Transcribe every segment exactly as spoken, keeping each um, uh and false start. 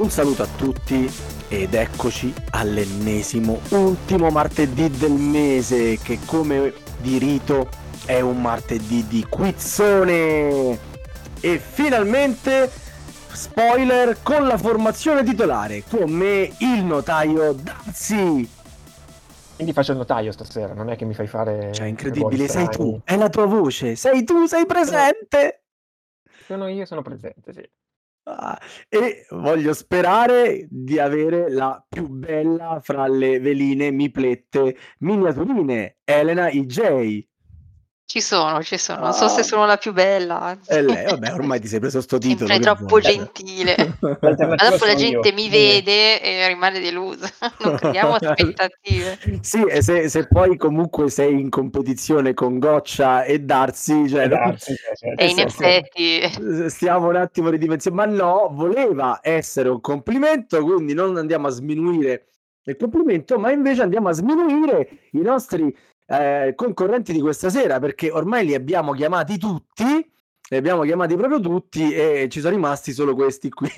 Un saluto a tutti ed eccoci all'ennesimo ultimo martedì del mese che come di rito è un martedì di quizzone e finalmente spoiler con la formazione titolare con me il notaio Darsi. Quindi faccio il notaio stasera, non è che mi fai fare... Cioè incredibile, sei tu, è la tua voce, sei tu, sei presente. Sono io, sono presente, sì. Ah, e voglio sperare di avere la più bella fra le veline miplette miniaturine, Elena I J. Ci sono, ci sono, non Ah. so se sono la più bella, anzi. E lei, vabbè, ormai ti sei preso sto titolo. Sempre troppo gentile. Ma dopo la gente io. mi vede e rimane delusa. Non creiamo aspettative. Sì, e se, se poi comunque sei in competizione con Goccia e Darsi, cioè, E non- Darsi, cioè, E in effetti stiamo un attimo ridimensionando, ma no, voleva essere un complimento, quindi non andiamo a sminuire il complimento, ma invece andiamo a sminuire i nostri eh, concorrenti di questa sera, perché ormai li abbiamo chiamati tutti, li abbiamo chiamati proprio tutti e ci sono rimasti solo questi qui.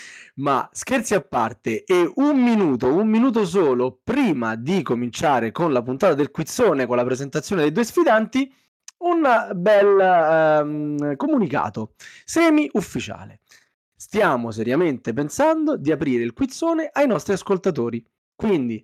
Ma scherzi a parte, e un minuto, un minuto solo prima di cominciare con la puntata del quizzone, con la presentazione dei due sfidanti, un bel ehm, comunicato semi-ufficiale. Stiamo seriamente pensando di aprire il quizzone ai nostri ascoltatori. Quindi,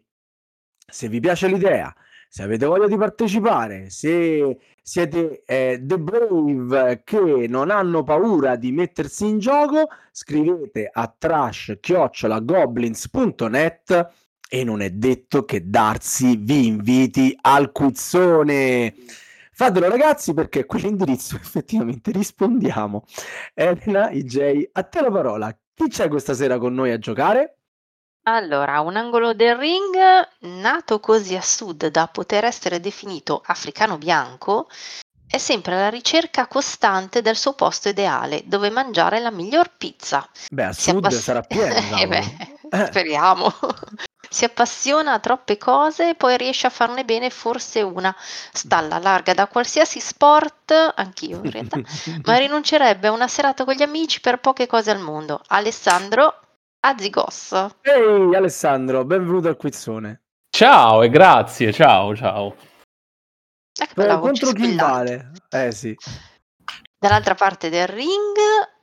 se vi piace l'idea, se avete voglia di partecipare, se siete eh, The Brave che non hanno paura di mettersi in gioco, scrivete a trash chiocciola goblins punto net e non è detto che Darsi vi inviti al quizzone. Fatelo ragazzi, perché a quell'indirizzo effettivamente rispondiamo. Elena, I J, a te la parola. Chi c'è questa sera con noi a giocare? Allora, un angolo del ring nato così a sud da poter essere definito africano bianco è sempre alla ricerca costante del suo posto ideale dove mangiare la miglior pizza. Beh, a Si sud appass- sarà pieno, Eh cavolo. beh, Eh. speriamo. Si appassiona a troppe cose e poi riesce a farne bene forse una. Sta alla larga da qualsiasi sport, anch'io in realtà, ma rinuncerebbe a una serata con gli amici per poche cose al mondo. Alessandro Azigos. Ehi Alessandro, benvenuto al quizzone. Ciao e grazie, ciao, ciao. Eh, che bella Eh, voce contro chi squillante. vale? Eh sì. Dall'altra parte del ring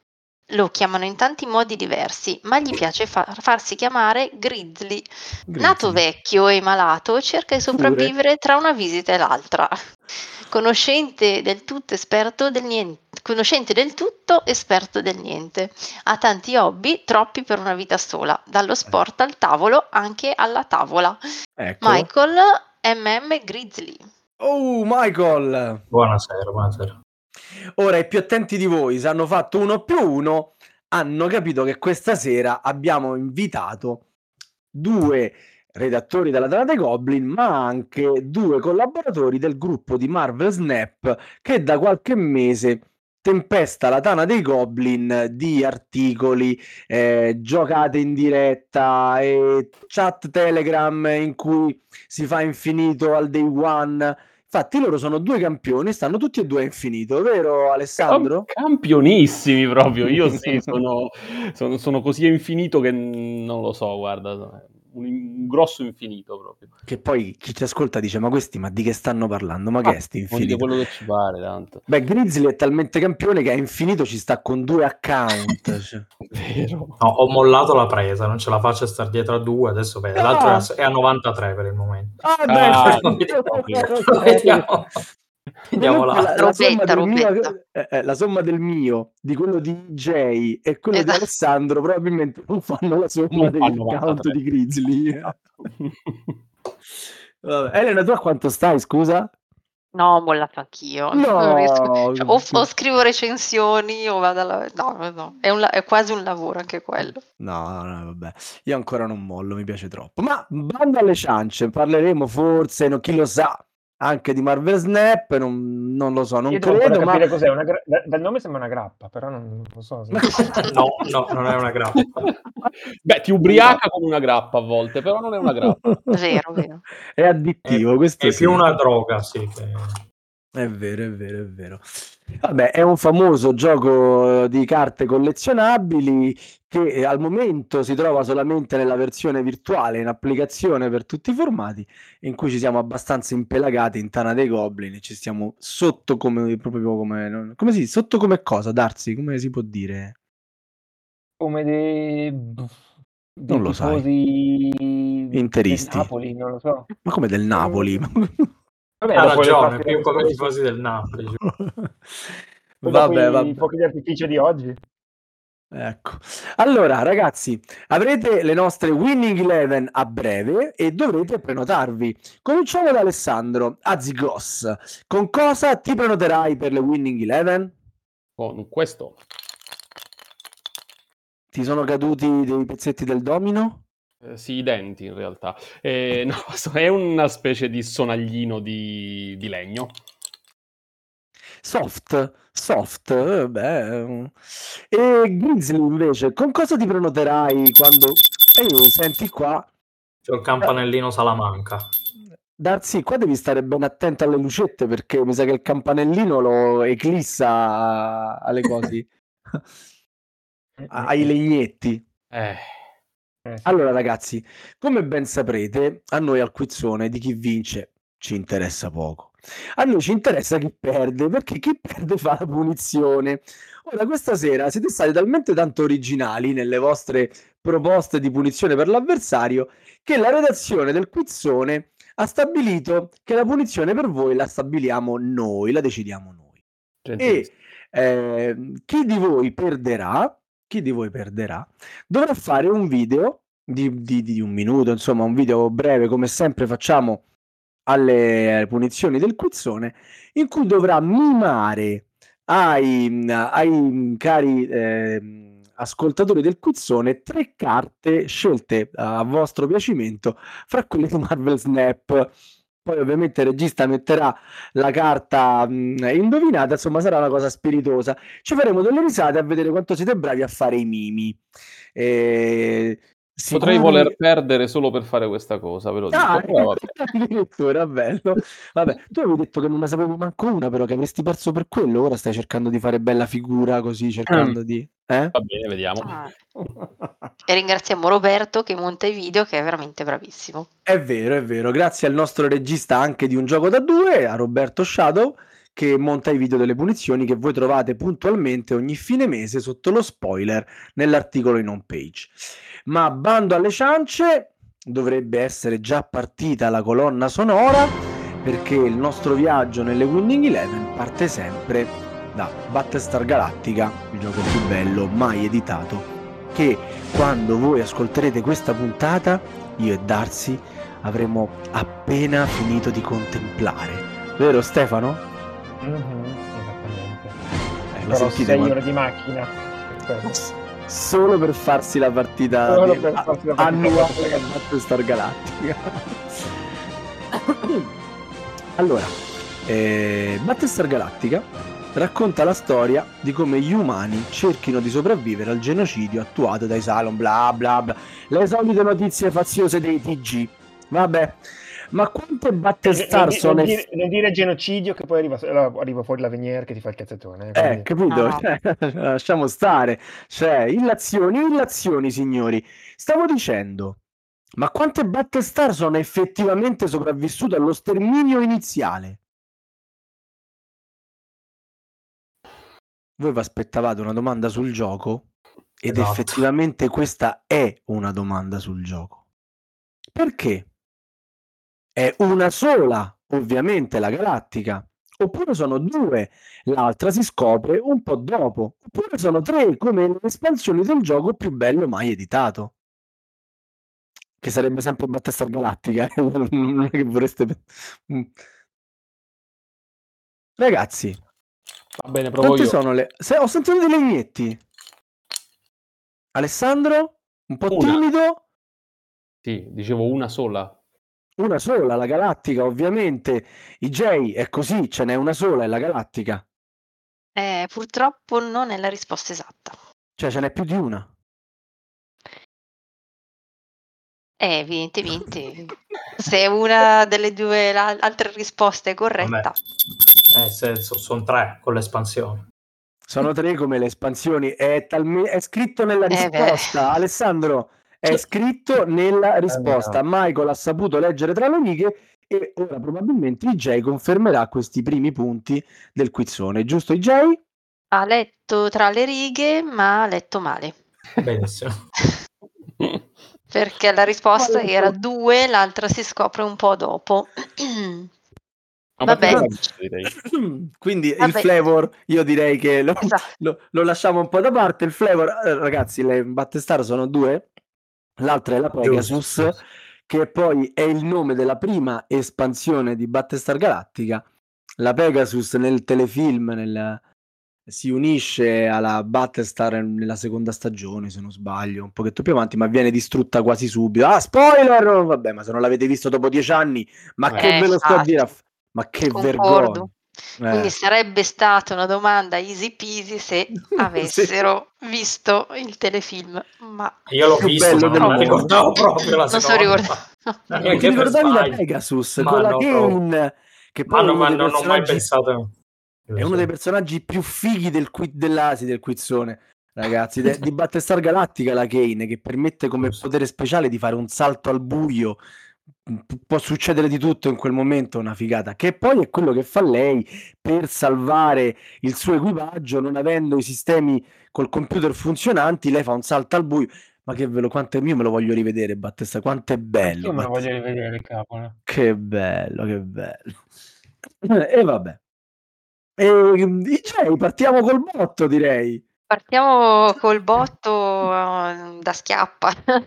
lo chiamano in tanti modi diversi, ma gli piace fa- farsi chiamare Grizzly. Nato Grizzly. vecchio e malato, cerca di Pure. sopravvivere tra una visita e l'altra. Conoscente del tutto esperto del niente. Conoscente del tutto, esperto del niente. Ha tanti hobby, troppi per una vita sola, dallo sport al tavolo, anche alla tavola. Eccolo. Michael M M Grizzly. Oh, Michael! Buonasera, buonasera. Ora, i più attenti di voi, se hanno fatto uno più uno, hanno capito che questa sera abbiamo invitato due redattori della Tana dei Goblin, ma anche due collaboratori del gruppo di Marvel Snap che da qualche mese tempesta la Tana dei Goblin di articoli, eh, giocate in diretta e chat Telegram in cui si fa infinito al day one. Infatti loro sono due campioni, stanno tutti e due a infinito, vero Alessandro? Campionissimi proprio, io sì, sono, sono, sono così infinito che non lo so, guarda, un, un grosso infinito proprio. Che poi chi ci ascolta dice, ma questi, ma di che stanno parlando? Ma che Ah, è sti non dite infinito? quello che ci pare, tanto. Beh, Grizzly è talmente campione che a infinito ci sta con due account. Cioè. Vero. No, ho mollato la presa, non ce la faccio a star dietro a due, adesso vede. L'altro Ah! è a, è a novantatré per il momento. Ah, Ah, vediamo. vediamo. Vediamo Comunque, là. la, la, somma Robetta, del mio, robetta. eh, eh, la somma del mio, di quello di Jay e quello di Esatto. Alessandro probabilmente non fanno la somma Non degli fanno account novantatré. di Grizzly. Vabbè. Elena, tu a quanto stai, scusa? No, ho mollato anch'io. No, Non riesco- cioè, o, o scrivo recensioni o vado alla... No, no, è, un la- è quasi un lavoro anche quello. No, no, vabbè, io ancora non mollo, mi piace troppo. Ma bando alle ciance, parleremo forse, no, chi lo sa, anche di Marvel Snap, non, non lo so, non Io devo ancora credo, ma... capire cos'è. Una gra- da- dal nome sembra una grappa, però non, non lo so. Se... No, no, non è una grappa. Beh, ti ubriaca con una grappa a volte, però non è una grappa. Vero, vero. È additivo, È, questo è sì. più una droga, sì. Che... È vero, è vero, è vero. Vabbè, è un famoso gioco di carte collezionabili che eh, al momento si trova solamente nella versione virtuale in applicazione per tutti i formati, in cui ci siamo abbastanza impelagati in Tana dei Goblin e ci stiamo sotto come proprio come non- come si sotto come cosa, Darsi, come si può dire? Come dei, dei Non lo sai. tifosi del Interisti. Napoli, non lo so. Ma come del Napoli? Vabbè, Ha dopo le ragione, partite più dell'anno come i scorso, tifosi del Napoli. poi dopo Vabbè, i vabbè. fuochi di artificio di oggi. Ecco. Allora, ragazzi, avrete le nostre Winning Eleven a breve e dovrete prenotarvi. Cominciamo da Alessandro Azigos. Con cosa ti prenoterai per le Winning Eleven? Con questo Ti sono caduti dei pezzetti del domino? eh, sì, i denti in realtà. Eh, no, è una specie di sonaglino di, di legno. Soft, soft, eh, beh. mm. E Grizzly invece, con cosa ti prenoterai quando... Ehi, senti qua, C'ho il campanellino Salamanca. Darsi, qua devi stare ben attento alle lucette perché mi sa che il campanellino lo eclissa a- alle cose, a- ai legnetti. Eh, Eh, sì. Allora, ragazzi, come ben saprete, a noi al quizzone di chi vince ci interessa poco. A noi ci interessa chi perde, perché chi perde fa la punizione. Ora, questa sera siete stati talmente tanto originali nelle vostre proposte di punizione per l'avversario che la redazione del quizzone ha stabilito che la punizione per voi la stabiliamo noi, la decidiamo noi. E gentilissimo. eh, chi di voi perderà, chi di voi perderà, dovrà fare un video di, di- di un minuto, insomma, un video breve, come sempre facciamo alle punizioni del quizzone, in cui dovrà mimare ai, ai cari ehm, ascoltatori del quizzone tre carte scelte a vostro piacimento fra quelle di Marvel Snap. Poi ovviamente il regista metterà la carta mh, indovinata, insomma sarà una cosa spiritosa. Ci faremo delle risate a vedere quanto siete bravi a fare i mimi. Eh, Potrei sicuri... voler perdere solo per fare questa cosa, ve lo dico. Ah, Però vabbè. addirittura, bello. Vabbè, tu avevi detto che non ne sapevi manco una, però che avresti perso per quello. Ora stai cercando di fare bella figura così, cercando di... Eh? Va bene, vediamo. Ah. E ringraziamo Roberto che monta i video, che è veramente bravissimo. È vero, è vero. Grazie al nostro regista anche di Un Gioco da Due, a Roberto Shadow, che monta i video delle punizioni che voi trovate puntualmente ogni fine mese sotto lo spoiler nell'articolo in home page. Ma bando alle ciance, dovrebbe essere già partita la colonna sonora, perché il nostro viaggio nelle Winning Eleven parte sempre da Battlestar Galactica, il gioco più bello mai editato, che quando voi ascolterete questa puntata, io e Darsi avremo appena finito di contemplare. Vero Stefano? Mhm, esattamente. Eh, lo Farò sentite? sei ma- ore di macchina. Aspetta. S- Solo per farsi la partita Solo di- per a- farsi la partita annuale Battlestar a Battlestar Galactica. Allora, eh, Battlestar Galactica racconta la storia di come gli umani cerchino di sopravvivere al genocidio attuato dai Cylon, bla bla bla, le solite notizie faziose dei T G. Vabbè, ma quante Non, Battlestar di- sono non eff- dire, non dire genocidio, che poi arriva, arriva fuori la Venier che ti fa il cazzettone. eh, Eh, quindi- capito? No. Cioè, lasciamo stare. Cioè, illazioni, illazioni, signori. Stavo dicendo, ma quante Battlestar sono effettivamente sopravvissute allo sterminio iniziale? Voi vi aspettavate una domanda sul gioco? Ed Esatto. effettivamente questa è una domanda sul gioco. Perché? È una sola, ovviamente, la galattica. Oppure sono due, l'altra si scopre un po' dopo. Oppure sono tre, come le espansioni del gioco più bello mai editato. Che sarebbe sempre Battlestar Galactica, eh, non è che vorreste... Mm. Ragazzi, Va bene, provo quante io. sono le... Se ho sentito dei legnetti. Alessandro? Un po' Una. timido? Sì, dicevo una sola. Una sola, la galattica, ovviamente. I J è così, ce n'è una sola, è la galattica. Eh, purtroppo non è la risposta esatta. Cioè, ce n'è più di una. Eh, evidentemente, se una delle due la- altre risposte è corretta, Eh, se, so- sono tre con l'espansione. Sono tre come le espansioni. È, talme- è scritto nella Eh beh. risposta, Alessandro. È scritto nella risposta. no. Michael ha saputo leggere tra le righe e ora probabilmente I J confermerà questi primi punti del quizzone. Giusto I J? Ha letto tra le righe, ma ha letto male. Benissimo. Perché la risposta Ma- era due, l'altra si scopre un po' dopo. Ma Vabbè. perché la- direi. Quindi il Vabbè. flavor io direi che lo, Esatto. lo- lo lasciamo un po' da parte. Il flavor, eh, ragazzi, le Battestar sono due. L'altra è la Pegasus, Giusto, giusto. che poi è il nome della prima espansione di Battlestar Galactica. La Pegasus nel telefilm nel- si unisce alla Battlestar nella seconda stagione, se non sbaglio, un pochetto più avanti, ma viene distrutta quasi subito. Ah, spoiler! Vabbè, ma se non l'avete visto dopo dieci anni, ma Eh, che ve lo sto a infatti. dire? a f- Ma che Concordo. vergogna! Quindi Eh. sarebbe stata una domanda easy peasy se avessero visto il telefilm, ma Io l'ho Più visto, bello ma del non la mondo. ricordavo proprio la non so seconda. ricordare. Eh, Non ti che per ricordavi la sbaglio. Pegasus Ma con la no, proprio. Kane, che Ma poi è no, uno ma dei non ho mai personaggi pensato. è uno dei personaggi più fighi del, qui- della, sì, del quizzone, ragazzi, de- di Battlestar Galactica, la Kane, che permette come Giusto. potere speciale di fare un salto al buio. Pu- può succedere di tutto in quel momento, una figata, che poi è quello che fa lei per salvare il suo equipaggio, non avendo i sistemi col computer funzionanti, lei fa un salto al buio. Ma che ve lo, quanto io me lo voglio rivedere, Battista, quanto è bello, Io me lo Battista. voglio rivedere, cavolo. Che bello, che bello. E vabbè. E, dicevi, partiamo col botto, direi. Partiamo col botto eh, da schiappa.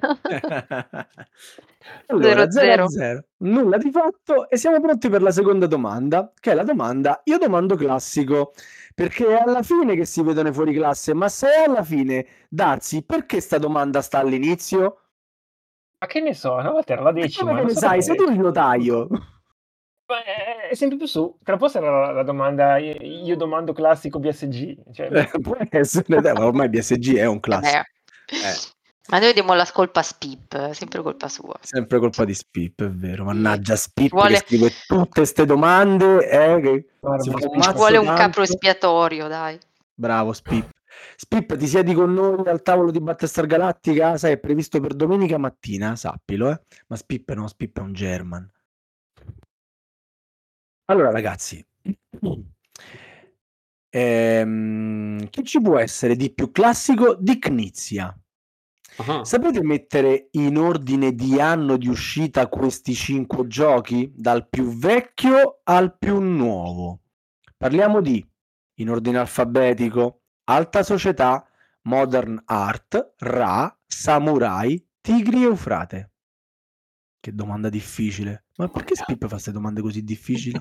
Allora, zero zero a zero. zero, nulla di fatto e siamo pronti per la seconda domanda, che è la domanda io domando classico, perché è alla fine che si vedono i fuori classe, ma se è alla fine, Darsi, perché sta domanda sta all'inizio? Ma che ne so, una volta era la E decima. come che non ne so sai? perché- Sei tu il notaio. Ma è, è sempre più su. Tra poco sarà la, la domanda, io, io domando classico B S G. Cioè, Eh, può essere, dai, ma ormai B S G è un classico. Vabbè. Eh. Ma noi diamo la colpa a Spip, è sempre colpa sua. Sempre colpa di Spip, è vero. Mannaggia Spip Vuole- che scrive tutte ste domande, eh, che Guarda, si fa un Spip mazzo Ci vuole un tanto. capro espiatorio, dai. Bravo Spip. Spip, ti siedi con noi al tavolo di Battlestar Galactica? Sai, è previsto per domenica mattina, sappilo, eh. Ma Spip no, Spip è un German. Allora, ragazzi, ehm, che ci può essere di più classico di Knizia? Ah. Sapete mettere in ordine di anno di uscita questi cinque giochi? Dal più vecchio al più nuovo. Parliamo di, in ordine alfabetico, Alta Società, Modern Art, Ra, Samurai, Tigri e Eufrate. Che domanda difficile. Ma perché Spip fa queste domande così difficili?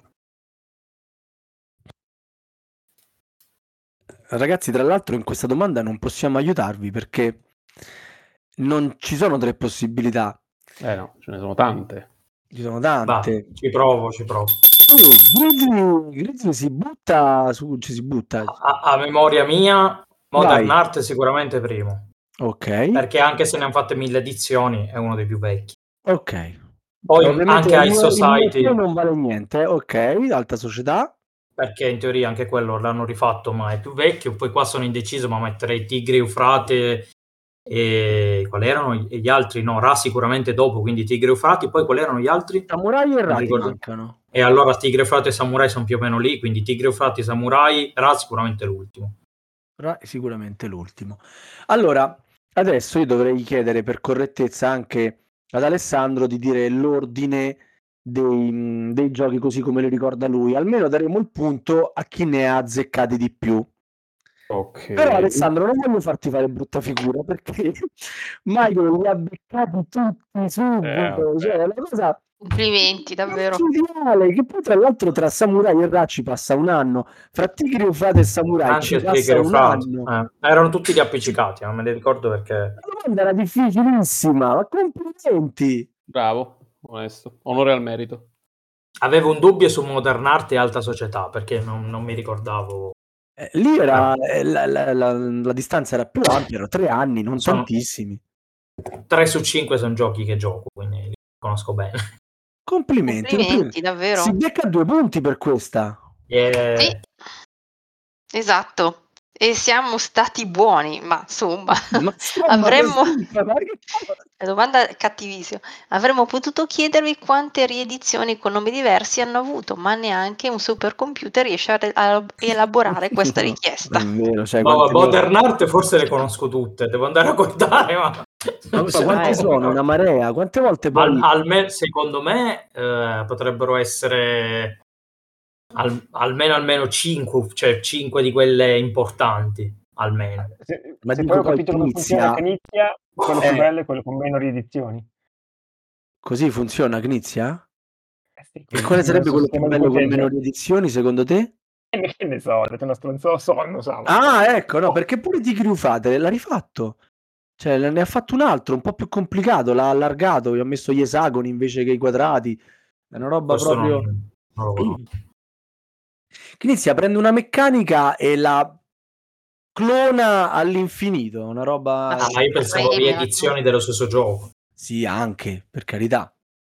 Ragazzi, tra l'altro in questa domanda non possiamo aiutarvi perché non ci sono tre possibilità, Eh no, ce ne sono tante. ci sono Va, tante. ci provo, ci provo. Oh, Grizzly, Grizzly si butta su, ci si butta. A, a memoria mia, Modern Vai. Art è sicuramente primo, Ok, perché anche se ne hanno fatte mille edizioni è uno dei più vecchi. ok. Poi Ovviamente anche il High mio- il Society, mio non vale niente, eh. Ok, Alta Società. perché in teoria anche quello l'hanno rifatto, ma è più vecchio. Poi qua sono indeciso, ma metterei Tigri, Eufrate e quali erano e gli altri? No, Ra sicuramente dopo, quindi Tigri, Eufrati. Poi quali erano gli altri? Samurai e Non Rati ricordo. mancano. E allora Tigri, Eufrati e Samurai sono più o meno lì, quindi Tigri, Eufrati, Samurai, Ra sicuramente l'ultimo. Ra è sicuramente l'ultimo. Allora, adesso io dovrei chiedere per correttezza anche ad Alessandro di dire l'ordine dei, dei giochi così come li ricorda lui. Almeno daremo il punto a chi ne ha azzeccati di più. Ok. Però Alessandro non voglio farti fare brutta figura perché Michael li ha beccati tutti subito, Eh, cioè, è una cosa Complimenti, davvero. micidiale, che poi tra l'altro tra Samurai e Ra ci passa un anno, fra Tigri, Eufrate e Samurai ci Anche passa Tigri, un Eufrati. anno. Eh, erano tutti gli appiccicati, non me li ricordo perché. La domanda era difficilissima, ma complimenti. Bravo, onesto. Onore al merito. Avevo un dubbio su Modern Art e Alta Società perché non, non mi ricordavo. Eh, lì era eh, la, la- la- la distanza era più ampia, erano tre anni, non Sono- tantissimi. tre su cinque sono giochi che gioco, quindi li conosco bene. Complimenti. Complimenti, davvero. Si becca due punti per questa. Eh, Sì, esatto. E siamo stati buoni, ma insomma, Ma insomma, avremmo così, ma che cosa? la domanda è cattivissima. Avremmo potuto chiedervi quante riedizioni con nomi diversi hanno avuto, ma neanche un supercomputer riesce a, re- a elaborare questa richiesta. È vero, cioè, ma quante volte- Modern Art forse le conosco tutte, devo andare a guardare, ma... Ma cioè, quanti no, sono? Una marea? Quante volte poi... Al, alme- secondo me eh, potrebbero essere al- almeno almeno cinque, cioè cinque di quelle importanti, almeno. Se, Ma se dico poi ho poi capito come funziona Knizia... Knizia, quello Eh. più bello è quello con meno riedizioni. Così funziona Knizia? Eh sì, E con- quale con il sarebbe suo quello più sistema di bello con punteggio. meno riedizioni, secondo te? E che ne so, ho detto una stronzata, so, non so. Ah, ecco, no, perché pure Tigri Ufate l'ha rifatto. Cioè, ne ha fatto un altro, un po' più complicato, l'ha allargato, gli ha messo gli esagoni invece che i quadrati. È una roba Questo proprio... non, non lo conosco. Che inizia, prende una meccanica e la clona all'infinito, una roba... Ah, io pensavo Premium. riedizioni dello stesso gioco. Sì, anche, per carità.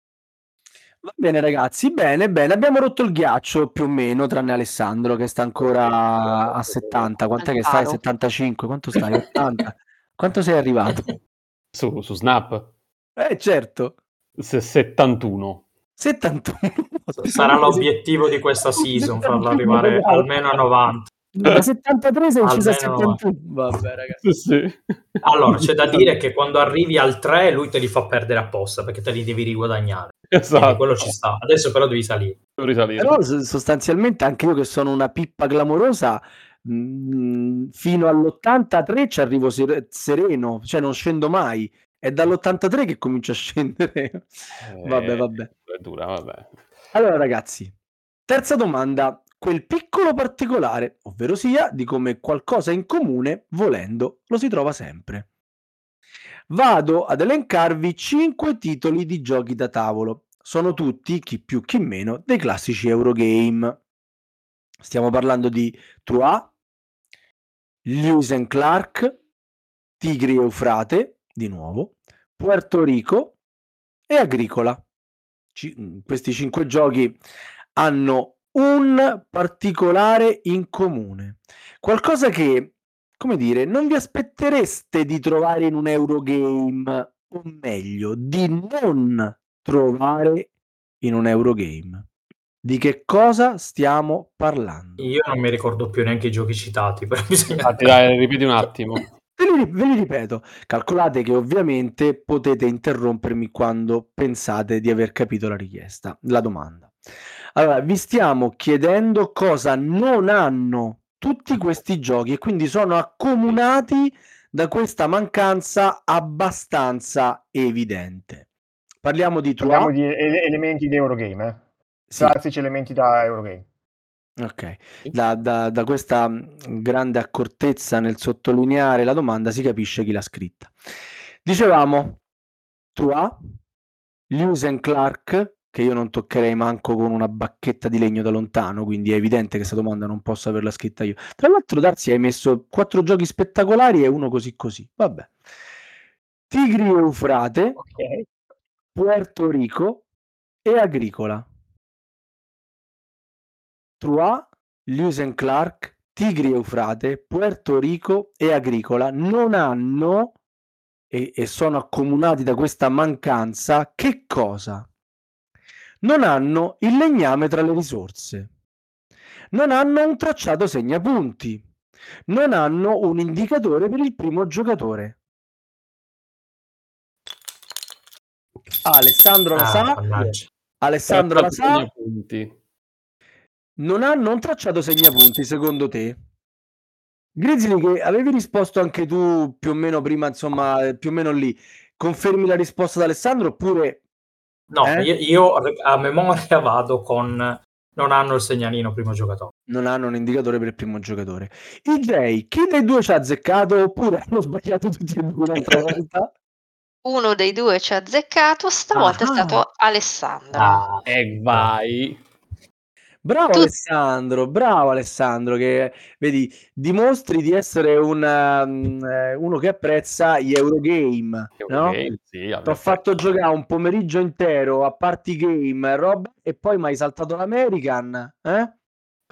Va bene ragazzi, bene, bene, abbiamo rotto il ghiaccio più o meno, tranne Alessandro che sta ancora a settanta, quant'è Al che stai? palo. settantacinque, quanto stai? ottanta? Quanto sei arrivato? Su, su Snap Eh certo, Se- settantuno. settantuno. Sarà l'obiettivo di questa season, farlo arrivare almeno a novanta. Da settantatré sei sceso a Almeno- settantuno. Vabbè ragazzi. Sì, sì. Allora, c'è da dire che quando arrivi al tre lui te li fa perdere apposta, perché te li devi riguadagnare. Quindi Esatto. quello ci sta. Adesso però devi salire. Devo risalire. Però s- sostanzialmente anche io che sono una pippa clamorosa, mh, fino all'ottantatré ci arrivo ser- sereno, cioè non scendo mai. È dall'ottantatré che comincio a scendere. Vabbè, Eh, vabbè. È dura, vabbè. Allora ragazzi, terza domanda. Quel piccolo particolare, ovvero sia di come qualcosa in comune, volendo, lo si trova sempre. Vado ad elencarvi cinque titoli di giochi da tavolo. Sono tutti, chi più chi meno, dei classici Eurogame. Stiamo parlando di Troyes, Lewis and Clark, Tigri e Eufrate, di nuovo, Puerto Rico e Agricola. Ci- questi cinque giochi hanno un particolare in comune, qualcosa che, come dire, non vi aspettereste di trovare in un Eurogame, o meglio, di non trovare in un Eurogame. Di che cosa stiamo parlando? Io non mi ricordo più neanche i giochi citati, però bisogna... Infatti, dai, ripeti un attimo. Ve li, ve li ripeto, calcolate che ovviamente potete interrompermi quando pensate di aver capito la richiesta, la domanda. Allora, vi stiamo chiedendo cosa non hanno tutti questi giochi e quindi sono accomunati da questa mancanza abbastanza evidente. Parliamo di Parliamo Troyes. di ele- elementi di Eurogame, eh? Sì. Classici elementi da Eurogame. Ok, da, da- da questa mh, grande accortezza nel sottolineare la domanda si capisce chi l'ha scritta. Dicevamo, Troyes, Lewis and Clark, che io non toccherei manco con una bacchetta di legno da lontano, quindi è evidente che questa domanda non posso averla scritta io. Tra l'altro Darsi hai messo quattro giochi spettacolari e uno così così, vabbè. Tigri e Eufrate, Ok. Puerto Rico e Agricola. Troyes, Lewis and Clark, Tigri e Eufrate, Puerto Rico e Agricola non hanno e, e sono accomunati da questa mancanza che cosa? Non hanno il legname tra le risorse, non hanno un tracciato segnapunti, non hanno un indicatore per il primo giocatore. Alessandro la Ah, sa, mannaggia. Alessandro la sa, Punti. non hanno un tracciato segnapunti secondo te? Grizzly, che avevi risposto anche tu più o meno prima, insomma, più o meno lì. Confermi la risposta di Alessandro oppure No, eh? io, io a memoria vado con non hanno il segnalino primo giocatore. non hanno un indicatore per il primo giocatore? I J, chi dei due ci ha azzeccato oppure hanno sbagliato tutti e due un'altra volta? Uno dei due ci ha azzeccato, stavolta è Ah. stato Alessandro. Ah, E vai. Bravo Tu- Alessandro, bravo Alessandro, che vedi, dimostri di essere un, um, eh, uno che apprezza gli Eurogame, no? Eurogame, sì, vabbè, Ti ho fatto giocare un pomeriggio intero a party game, roba, e poi mi hai saltato l'American, eh?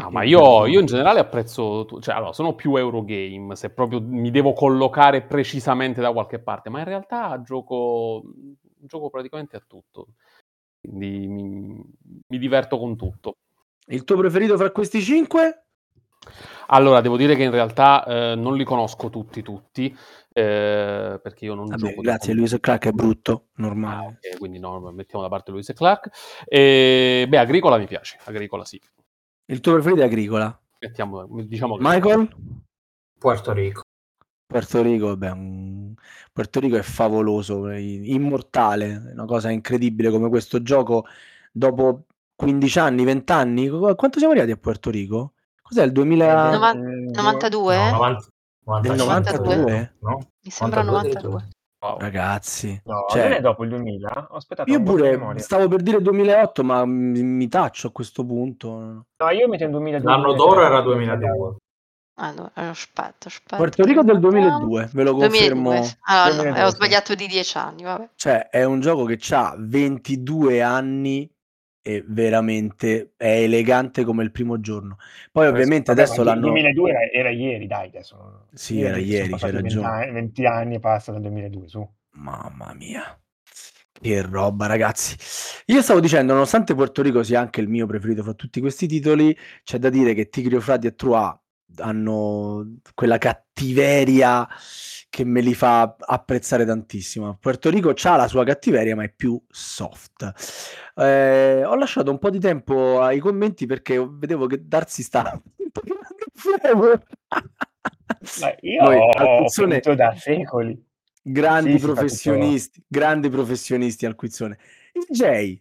Ah, ma io, io in generale apprezzo, tu- cioè allora, sono più Eurogame, se proprio mi devo collocare precisamente da qualche parte, ma in realtà gioco, gioco praticamente a tutto, quindi mi, mi diverto con tutto. Il tuo preferito fra questi cinque? Allora, devo dire che in realtà eh, non li conosco tutti tutti, eh, perché io non Vabbè, gioco di grazie, Lewis e Clark è brutto, Ah, normale. ok, quindi no, mettiamo da parte Lewis e Clark. E, beh, Agricola mi piace, Agricola sì. Il tuo preferito è Agricola. Mettiamo, diciamo Agricola. Michael? Puerto Rico. Puerto Rico, vabbè, un... Puerto Rico è favoloso, è immortale, è una cosa incredibile come questo gioco dopo quindici anni, venti anni. Qu- Quanto siamo arrivati a Puerto Rico? Cos'è il duemila Eh, Novan- del- novantadue? No, novanta, del novantacinque, novantadue? no? Mi sembra novantadue novantadue. addirittura. Wow. Ragazzi, No, non cioè, è dopo il duemila? Ho aspettato, ho io un vuoto di pure memoria. stavo per dire duemilaotto, ma mi, mi taccio a questo punto. No, io metto in duemiladue. L'anno duemilatré, d'oro era perché duemiladue. Allora, aspetta, aspetta. Puerto Rico che del guardiamo. duemiladue, ve lo duemiladue. confermo. Ah, no, eh, duemiladue, ho sì. sbagliato di dieci anni, vabbè. Cioè, è un gioco che ha ventidue anni e veramente è elegante come il primo giorno. Poi ovviamente Vabbè, adesso ma il l'hanno... duemiladue era, era ieri, dai, adesso. Sì, Io era sono ieri, c'hai passati venti ragione. anni, venti anni e passa dal duemiladue, su. Mamma mia, che roba, ragazzi. Io stavo dicendo, nonostante Puerto Rico sia anche il mio preferito fra tutti questi titoli, c'è da dire che Tigri, Eufrati e Troyes hanno quella cattiveria che me li fa apprezzare tantissimo. Puerto Rico c'ha la sua cattiveria, ma è più soft. Eh, ho lasciato un po' di tempo ai commenti perché vedevo che Darsi sta Flavor. Ma io Noi al ho Quizzone finito da secoli. grandi Sì, si fa tutto. professionisti, grandi professionisti al Quizzone. Il J,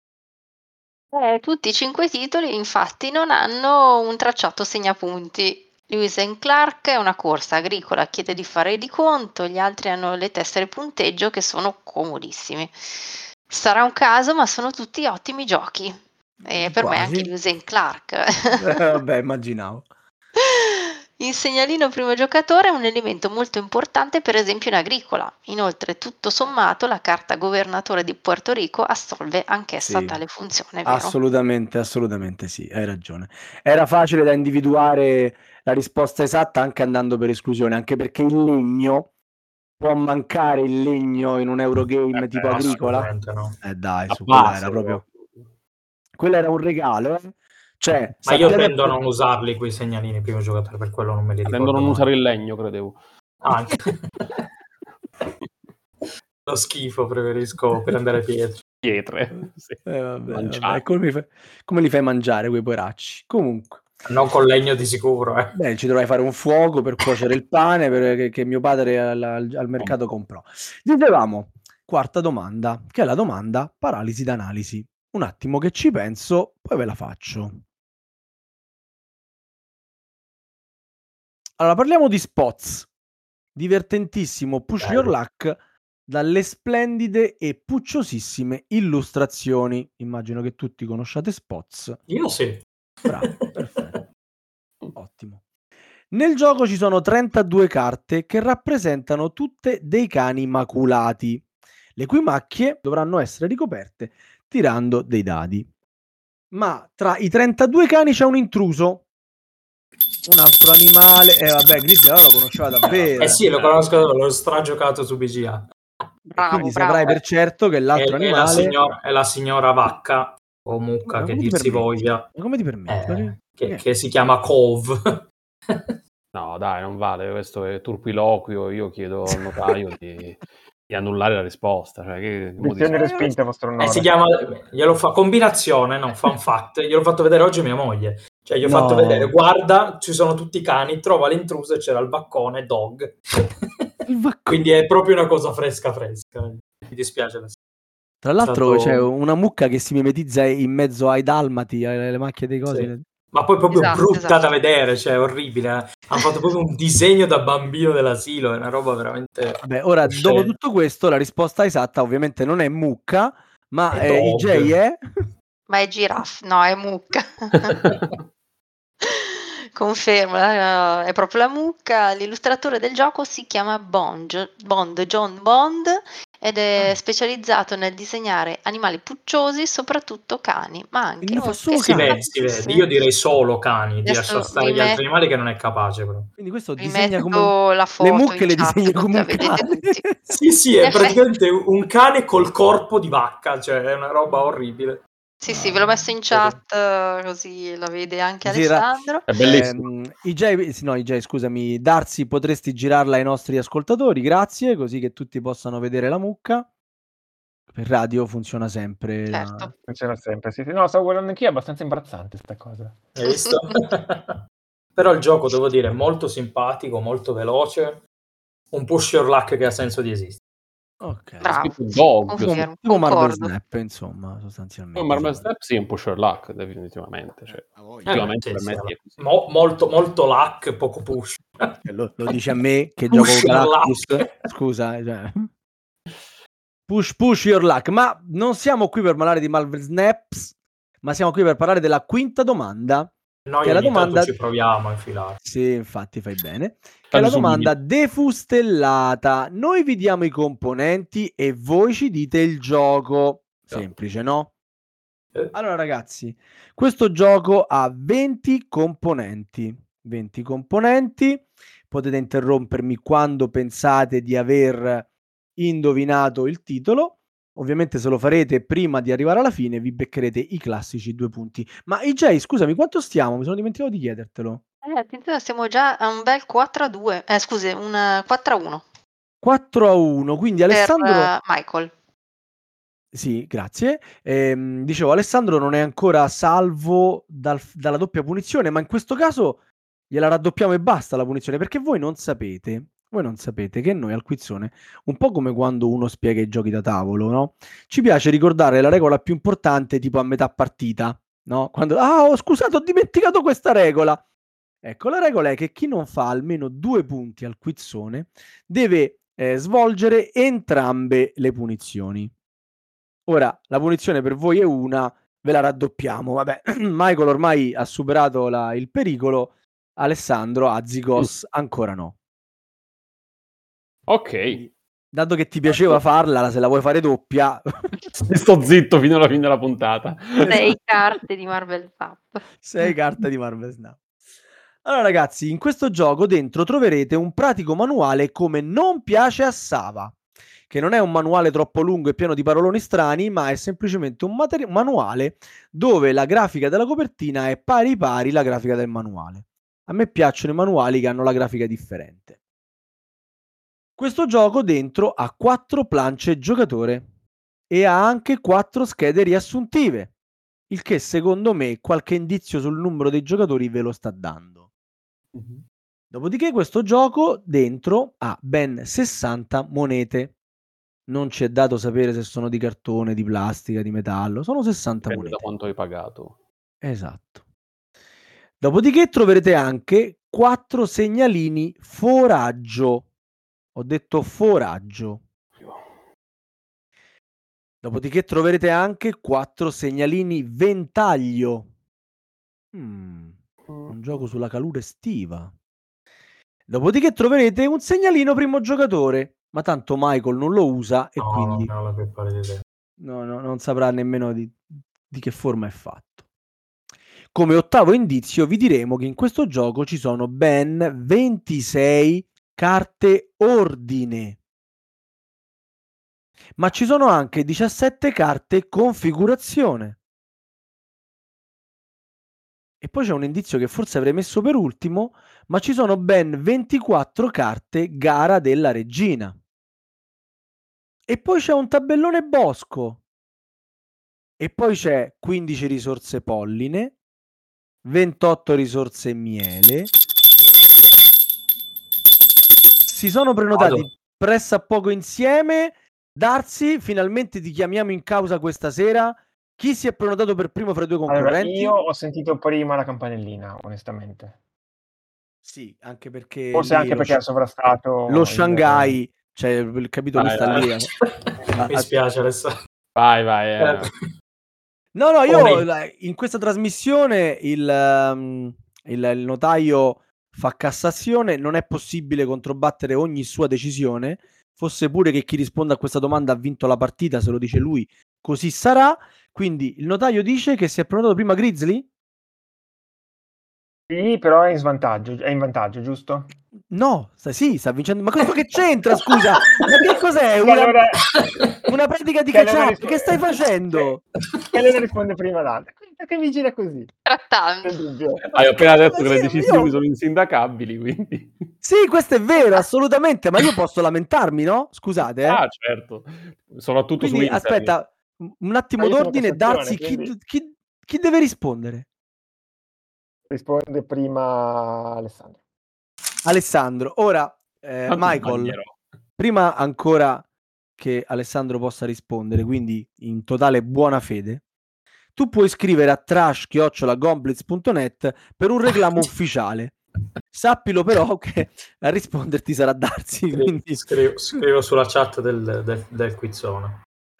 Eh, tutti i cinque titoli, infatti, non hanno un tracciato segnapunti. Lewis and Clark è una corsa agricola, chiede di fare di conto, gli altri hanno le tessere punteggio che sono comodissimi. Sarà un caso, ma sono tutti ottimi giochi. E per me anche quasi. Lewis and Clark. Eh, vabbè, immaginavo. Il segnalino primo giocatore è un elemento molto importante, per esempio in agricola. Inoltre, tutto sommato, la carta governatore di Puerto Rico assolve anch'essa Sì, tale funzione, vero? assolutamente, assolutamente sì, hai ragione. Era facile da individuare la risposta esatta anche andando per esclusione, anche perché il legno può mancare il legno in un Eurogame Eh, tipo eh, agricola? Assolutamente no. Eh dai, a su, quella base, era proprio... proprio. Quello era un regalo, eh? Cioè, Ma io sappiate... tendo a non usarli quei segnalini primo giocatore, per quello non me li Tendo a ricordo non mai. usare il legno, credevo. Anche. Lo schifo, preferisco prendere pietre. Pietre. Sì. Eh, vabbè, Manciate. vabbè. Come, li fai, come li fai mangiare quei poracci? Comunque, Non con legno di sicuro, eh. beh, ci dovrai fare un fuoco per cuocere il pane per- che, che mio padre al, al- al mercato comprò. Dicevamo, quarta domanda, che è la domanda paralisi d'analisi. Un attimo che ci penso, poi ve la faccio. Allora, parliamo di Spots. Divertentissimo Push Bello. Your Luck dalle splendide e pucciosissime illustrazioni. Immagino che tutti conosciate Spots. Io sì. Bravo, perfetto. Ottimo. Nel gioco ci sono trentadue carte che rappresentano tutte dei cani maculati, le cui macchie dovranno essere ricoperte tirando dei dadi. Ma tra i trentadue cani c'è un intruso, un altro animale. E eh, vabbè, Grid allora lo conosceva davvero. Eh sì, lo conosco, l'ho stragiocato su B G A. E Bravo, quindi bravo. saprai per certo che È, l'altro è la animale... signora, è la signora vacca o mucca, Ma che come ti dir si permetti? voglia, Ma come ti permetti? Ma eh, che- che, che- che si chiama Cove. No, dai, non vale, questo è turpiloquio, io chiedo al notaio di, di annullare la risposta. Cioè, che, mo Missione dici- respinta, vostro onore. Eh, si chiama, glielo fa combinazione, no, fun fact, gliel'ho fatto vedere oggi a mia moglie. Cioè, gli ho No. fatto vedere, guarda, ci sono tutti i cani, trova l'intruso e c'era il baccone, dog. Il vacco- Quindi è proprio una cosa fresca, fresca. Mi dispiace. adesso. Tra l'altro stato- c'è una mucca che si mimetizza in mezzo ai dalmati, alle macchie dei cosi. Sì. Ma poi proprio Esatto, brutta esatto. da vedere, cioè orribile. eh. Hanno fatto proprio un disegno da bambino dell'asilo, è una roba veramente... Vabbè, ora oscena. dopo tutto questo la risposta esatta ovviamente non è mucca, ma È eh, I dog. J è... Ma è giraffe, no, è mucca. Confermo, eh, è proprio la mucca. L'illustratore del gioco si chiama Bond, Bond, John Bond, ed è Ah. specializzato nel disegnare animali pucciosi, soprattutto cani, ma anche Quindi lui fa un solo Si cani. vede, si vede. sì. Io direi solo cani, di lasciar Adesso stare vi gli altri met animali che non è capace però. Quindi questo vi disegna come un metto la le foto mucche in le chat disegna così come la un vedete cane. tutti. Sì, sì, In è effetti praticamente un cane col corpo di vacca, cioè è una roba orribile. sì, sì, Ah, ve l'ho messo in Sì. chat eh, così la vede anche Così era Alessandro. È bellissimo. ehm, I J, sì, no, I J, scusami, Darsi, potresti girarla ai nostri ascoltatori, grazie, così che tutti possano vedere la mucca. Per radio funziona sempre la- Certo. Funziona sempre, sì, sì. No, stavo guardando anch'io, è abbastanza imbarazzante sta cosa. Hai visto? Però il gioco, devo dire, è molto simpatico, molto veloce, un push your luck che ha senso di esistere. Ok. Bravo, Scritto sì, dog. Tipo, confermo, tipo Marvel concordo. Snap, insomma, Poi sostanzialmente. Marvel sì. Snap sì, è un push your luck, definitivamente. Cioè, Eh, a voglia. Eh beh, ultimamente sì, per sì, me allora. sì è così. Mo- molto, molto luck, poco push. Eh, Lo, lo dici a me che Push gioco your Galactus? luck. Scusa, eh, cioè. Push, push your luck. Ma non siamo qui per parlare di Marvel Snaps, ma siamo qui per parlare della quinta domanda. Noi Che è la ogni tanto domanda... ci proviamo a infilare. Sì, infatti fai bene. Che è Cade la sul domanda limite. defustellata. Noi vi diamo i componenti e voi ci dite il gioco. Esatto. Semplice, no? Eh, Allora ragazzi, questo gioco ha venti componenti. venti componenti. Potete interrompermi quando pensate di aver indovinato il titolo. Ovviamente se lo farete prima di arrivare alla fine vi beccherete i classici due punti. Ma I J, scusami, quanto stiamo? Mi sono dimenticato di chiedertelo. Eh, attenzione, siamo già a un bel quattro a due. Eh, scusi, un eh, quattro a uno quattro a uno, quindi per Alessandro... eh, Michael. Sì, grazie. Ehm, dicevo, Alessandro non è ancora salvo dal- dalla doppia punizione, ma in questo caso gliela raddoppiamo e basta la punizione, perché voi non sapete, voi non sapete che noi al quizzone, un po' come quando uno spiega i giochi da tavolo, no? Ci piace ricordare la regola più importante tipo a metà partita, no? Quando, ah, oh, scusate, ho dimenticato questa regola. Ecco, la regola è che chi non fa almeno due punti al quizzone deve eh, svolgere entrambe le punizioni. Ora, la punizione per voi è una, ve la raddoppiamo. Vabbè, Michael ormai ha superato la- il pericolo, Alessandro, Azigos, ancora no. Ok. Quindi, dato che ti piaceva farla, se la vuoi fare doppia... Sto zitto fino alla fine della puntata. Sei Esatto. carte di Marvel Snap. sei carte di Marvel Snap. Allora ragazzi, in questo gioco dentro troverete un pratico manuale come non piace a Sava, che non è un manuale troppo lungo e pieno di paroloni strani, ma è semplicemente un materi- manuale dove la grafica della copertina è pari pari la grafica del manuale. A me piacciono i manuali che hanno la grafica differente. Questo gioco dentro ha quattro planche giocatore e ha anche quattro schede riassuntive, il che secondo me qualche indizio sul numero dei giocatori ve lo sta dando. Dopodiché questo gioco dentro ha ben sessanta monete. Non ci è dato sapere se sono di cartone, di plastica, di metallo. Sono sessanta Dipende da monete. quanto hai pagato. Esatto. Dopodiché troverete anche quattro segnalini foraggio. Ho detto foraggio. Dopodiché troverete anche quattro segnalini ventaglio. Mm, un gioco sulla calura estiva. Dopodiché troverete un segnalino primo giocatore, ma tanto Michael non lo usa e No, quindi non ho la più pallida idea. no, no, non saprà nemmeno di, di che forma è fatto. Come ottavo indizio vi diremo che in questo gioco ci sono ben ventisei carte ordine, ma ci sono anche diciassette carte configurazione. E poi c'è un indizio che forse avrei messo per ultimo, ma ci sono ben ventiquattro carte gara della regina. E poi c'è un tabellone bosco. E poi c'è quindici risorse polline, ventotto risorse miele. Si sono prenotati Vado. pressa poco insieme. Darsi, finalmente ti chiamiamo in causa questa sera. Chi si è prenotato per primo fra i due Allora, concorrenti? io ho sentito prima la campanellina, onestamente. Sì, anche perché Forse lì anche lo, perché ha sovrastato lo il... Shanghai, cioè il capitalista Vai, lì. vai. a- a- Mi spiace Alessandro. Vai, vai. Eh. No, no, io Ora- la- in questa trasmissione il, um, il, il notaio fa Cassazione, non è possibile controbattere ogni sua decisione, fosse pure che chi risponde a questa domanda ha vinto la partita, se lo dice lui, così sarà. Quindi il notaio dice che si è prenotato prima Grizzly? Sì, però è in svantaggio, è in vantaggio, giusto? No, sta, sì, sta vincendo. Ma cosa che c'entra, scusa? Ma che cos'è? Che Una, allora- una pratica di che allora catch-up? risponde- Che stai facendo? Che allora risponde prima l'altro. Perché mi gira così? Trattando. Nel dubbio. Hai appena detto che le Sì, decisioni io- sono insindacabili, quindi... Sì, questo è vero, assolutamente, ma io posso lamentarmi, no? Scusate, eh? Ah, certo. Soprattutto Quindi su internet. aspetta, un attimo Ma io sono d'ordine, Cassazione, darsi chi, quindi- chi, chi deve rispondere? Risponde prima Alessandro. Alessandro. Ora, eh, Tanto Michael, sbaglierò. prima ancora che Alessandro possa rispondere, quindi in totale buona fede, tu puoi scrivere a trash chiocciola gomblitz punto net per un reclamo ufficiale. Sappilo però che a risponderti sarà Darsi. Scri- Quindi... scrivo, scrivo sulla chat del, del, del quizzone.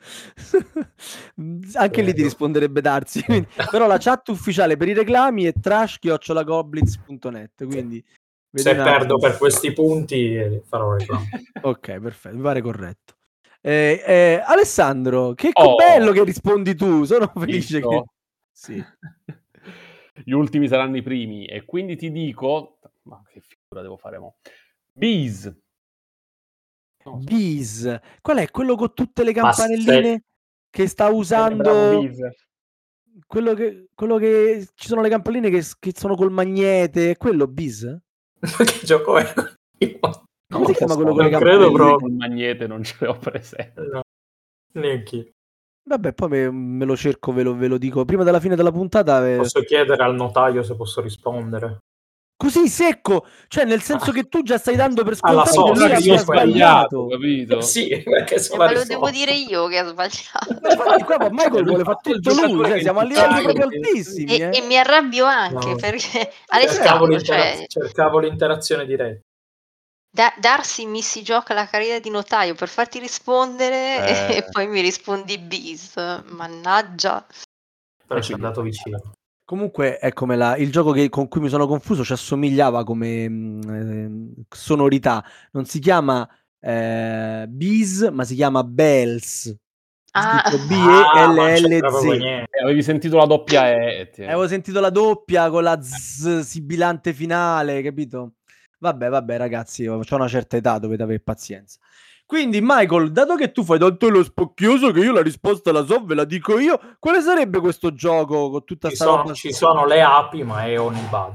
Anche lì ti risponderebbe Darsi. Quindi... Però la chat ufficiale per i reclami è trash chiocciola gomblitz punto net. Quindi vedi Se un perdo attimo. per questi punti eh, farò reclamo. Ok, perfetto, mi pare corretto. Eh, eh, Alessandro, che Oh. bello che rispondi tu, sono felice Visto? che... Sì. Gli ultimi saranno i primi e quindi ti dico, ma che figura devo fare mo? Bees. Non so. Bees, qual è quello con tutte le Ma campanelline se- che sta Bravo, usando? Biz. Quello che, quello che ci sono le campanelline che, che sono col magnete, è quello Bees? che gioco è? Come si chiama quello so, con le non credo campanelline? proprio. Il magnete non ce l'ho presente. No, neanche io. Vabbè, poi me, me lo cerco, ve lo, ve lo dico. Prima della fine della puntata... eh, Posso chiedere al notaio se posso rispondere? Così secco, cioè nel senso che tu già stai dando per Alla scontato che sosta, lui che abbia io ho sbagliato. capito? Sì, perché Eh, sono la ma lo risposta. devo dire io che ha sbagliato. Ma infatti qua poi Michael vuole fare fatto il tutto lui, giocatore cioè che siamo a ti livelli paga, proprio che- altissimi, E, eh. e mi arrabbio anche No. perché Cercavo, Alessandro, l'intera- cioè, cercavo l'interazione diretta. da- Darsi mi si gioca la carriera di notaio per farti rispondere Eh. e poi mi rispondi bis. Mannaggia. Però E ci è quindi- andato vicino. Comunque è come la, il gioco che, con cui mi sono confuso ci assomigliava come mh, eh, sonorità, non si chiama eh, Bees ma si chiama Bells, Ah, scritto B Ah, E L ma non L c'entra proprio Z. niente. Eh, avevi sentito la doppia E. e ti- Avevo sentito la doppia con la Z sibilante finale, capito? Vabbè, vabbè, ragazzi, ho una certa età, dovete avere pazienza. Quindi, Michael, dato che tu fai tanto lo spocchioso che io la risposta la so, ve la dico io, quale sarebbe questo gioco con tutta Ci sta sono, roba? ci sono le api, ma è Onibuzz.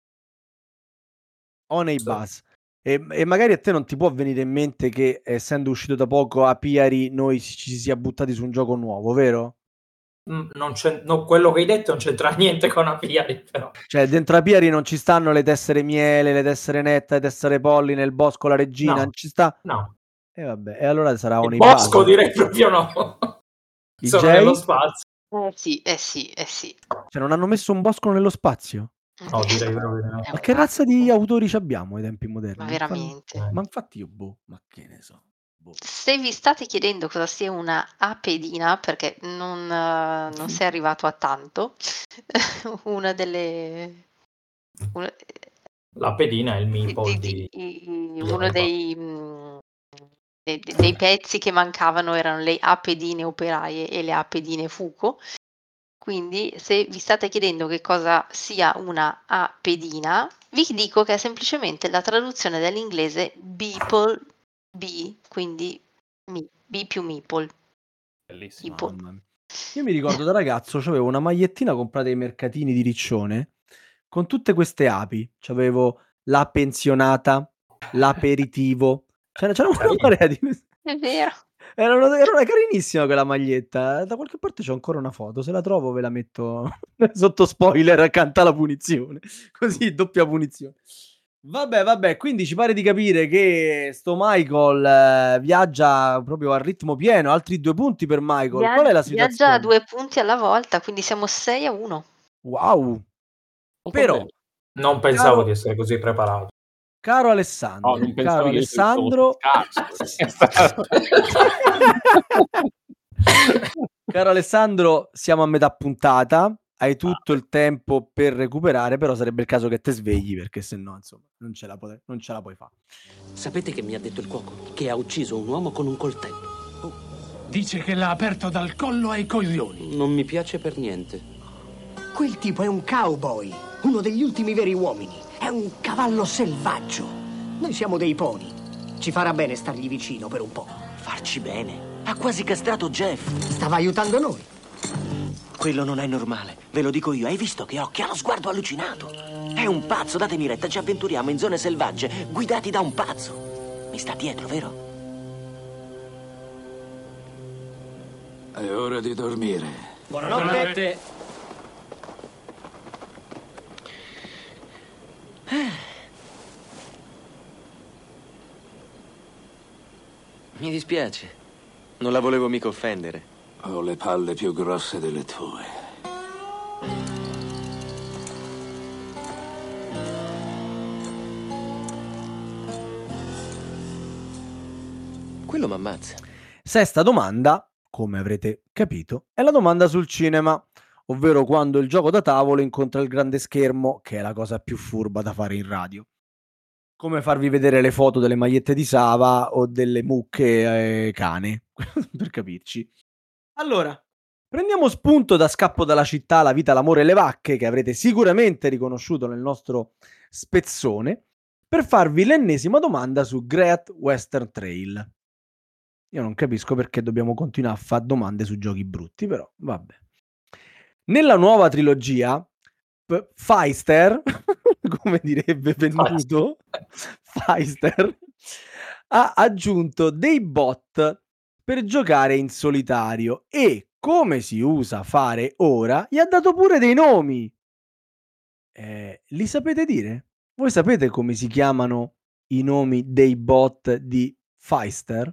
Honey Sì. Buzz. E, e magari a te non ti può venire in mente che, essendo uscito da poco a Piari, noi ci si sia buttati su un gioco nuovo, vero? Mm, Non c'è, no, quello che hai detto non c'entra niente con Apiari, però. Cioè, dentro a Piari non ci stanno le tessere miele, le tessere netta, le tessere polline, il bosco, la regina, No. non ci sta? No, E vabbè, e allora sarà il Honey bosco Buzz. direi proprio no. I Sono J? nello spazio. eh sì, eh sì, eh sì. Cioè, non hanno messo un bosco nello spazio? No, direi proprio di no. È Ma un che razza di attimo. autori ci abbiamo ai tempi moderni? Ma Non fanno- veramente. Ma infatti io, boh, ma che ne so. Boh. Se vi state chiedendo cosa sia una apedina, perché non, eh, non sei arrivato a tanto, una delle... una- La pedina è il di- meeple di- di... di- uno dei, mm, dei, dei pezzi che mancavano erano le apedine operaie e le apedine fuco. Quindi, se vi state chiedendo che cosa sia una apedina, vi dico che è semplicemente la traduzione dall'inglese beeple, B, quindi mi, B più meeple. Bellissimo. Tipo. Mamma mia. Io mi ricordo da ragazzo, avevo una magliettina comprata ai mercatini di Riccione con tutte queste api. C'avevo la pensionata, l'aperitivo. C'era, c'era una marea di... È vero. Era una, era una carinissima quella maglietta. Da qualche parte c'ho ancora una foto. Se la trovo ve la metto sotto spoiler accanto alla punizione. Così, doppia punizione. Vabbè, vabbè, quindi ci pare di capire che sto Michael eh, viaggia proprio a ritmo pieno. Altri due punti per Michael. Via- Qual è la Viaggia a situazione? due punti alla volta, quindi siamo sei a uno. Wow. Molto Però, bene. Non pensavo Caro- di essere così preparato. caro Alessandro, No, non caro pensavi che io fossi Alessandro, scarso. caro Alessandro, siamo a metà puntata. hai tutto il tempo per recuperare, però sarebbe il caso che te svegli, perché se no, insomma, non ce la, pot- non ce la puoi fare. Sapete che mi ha detto il cuoco? Che ha ucciso un uomo con un coltello. Dice che l'ha aperto dal collo ai coglioni. Non mi piace per niente. Quel tipo è un cowboy, uno degli ultimi veri uomini. È un cavallo selvaggio. Noi siamo dei pony. Ci farà bene stargli vicino per un po'. Farci bene. Ha quasi castrato Jeff. Stava aiutando noi. Quello non è normale. Ve lo dico io. Hai visto che occhi? Ha lo sguardo allucinato. È un pazzo. Datemi retta. Ci avventuriamo in zone selvagge, guidati da un pazzo. Mi sta dietro, vero? È ora di dormire. Buonanotte. Mi dispiace. Non la volevo mica offendere. Ho le palle più grosse delle tue. Quello m'ammazza. Sesta domanda, come avrete capito, è la domanda sul cinema, ovvero quando il gioco da tavolo incontra il grande schermo, che è la cosa più furba da fare in radio. Come farvi vedere le foto delle magliette di Sava o delle mucche eh, cane, per capirci. Allora, prendiamo spunto da Scappo dalla città, La vita, l'amore e le vacche, che avrete sicuramente riconosciuto nel nostro spezzone, per farvi l'ennesima domanda su Great Western Trail. Io non capisco perché dobbiamo continuare a fare domande su giochi brutti, però vabbè. Nella nuova trilogia, P- Feister, come direbbe Venduto, Feister, ha aggiunto dei bot per giocare in solitario e, come si usa fare ora, gli ha dato pure dei nomi. Eh, li sapete dire? Voi sapete come si chiamano i nomi dei bot di Feister?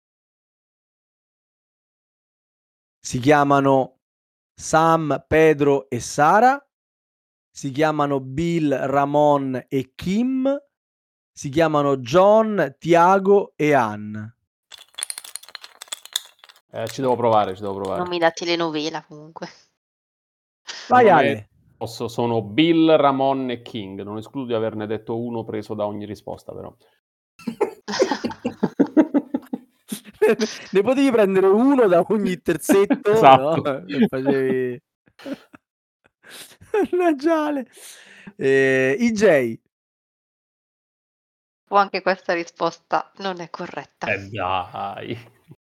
Si chiamano Sam, Pedro e Sara, si chiamano Bill, Ramon e Kim, si chiamano John, Tiago e Ann. Eh, ci devo provare, ci devo provare. Nomi da telenovela comunque. Vai Secondo me Ale. posso- sono Bill, Ramon e King. Non escludo di averne detto uno preso da ogni risposta, però. Ne potevi prendere uno da ogni terzetto, Esatto. no? E facevi... Mannaggiale. Eh, I J. O anche questa risposta non è corretta. Eh dai.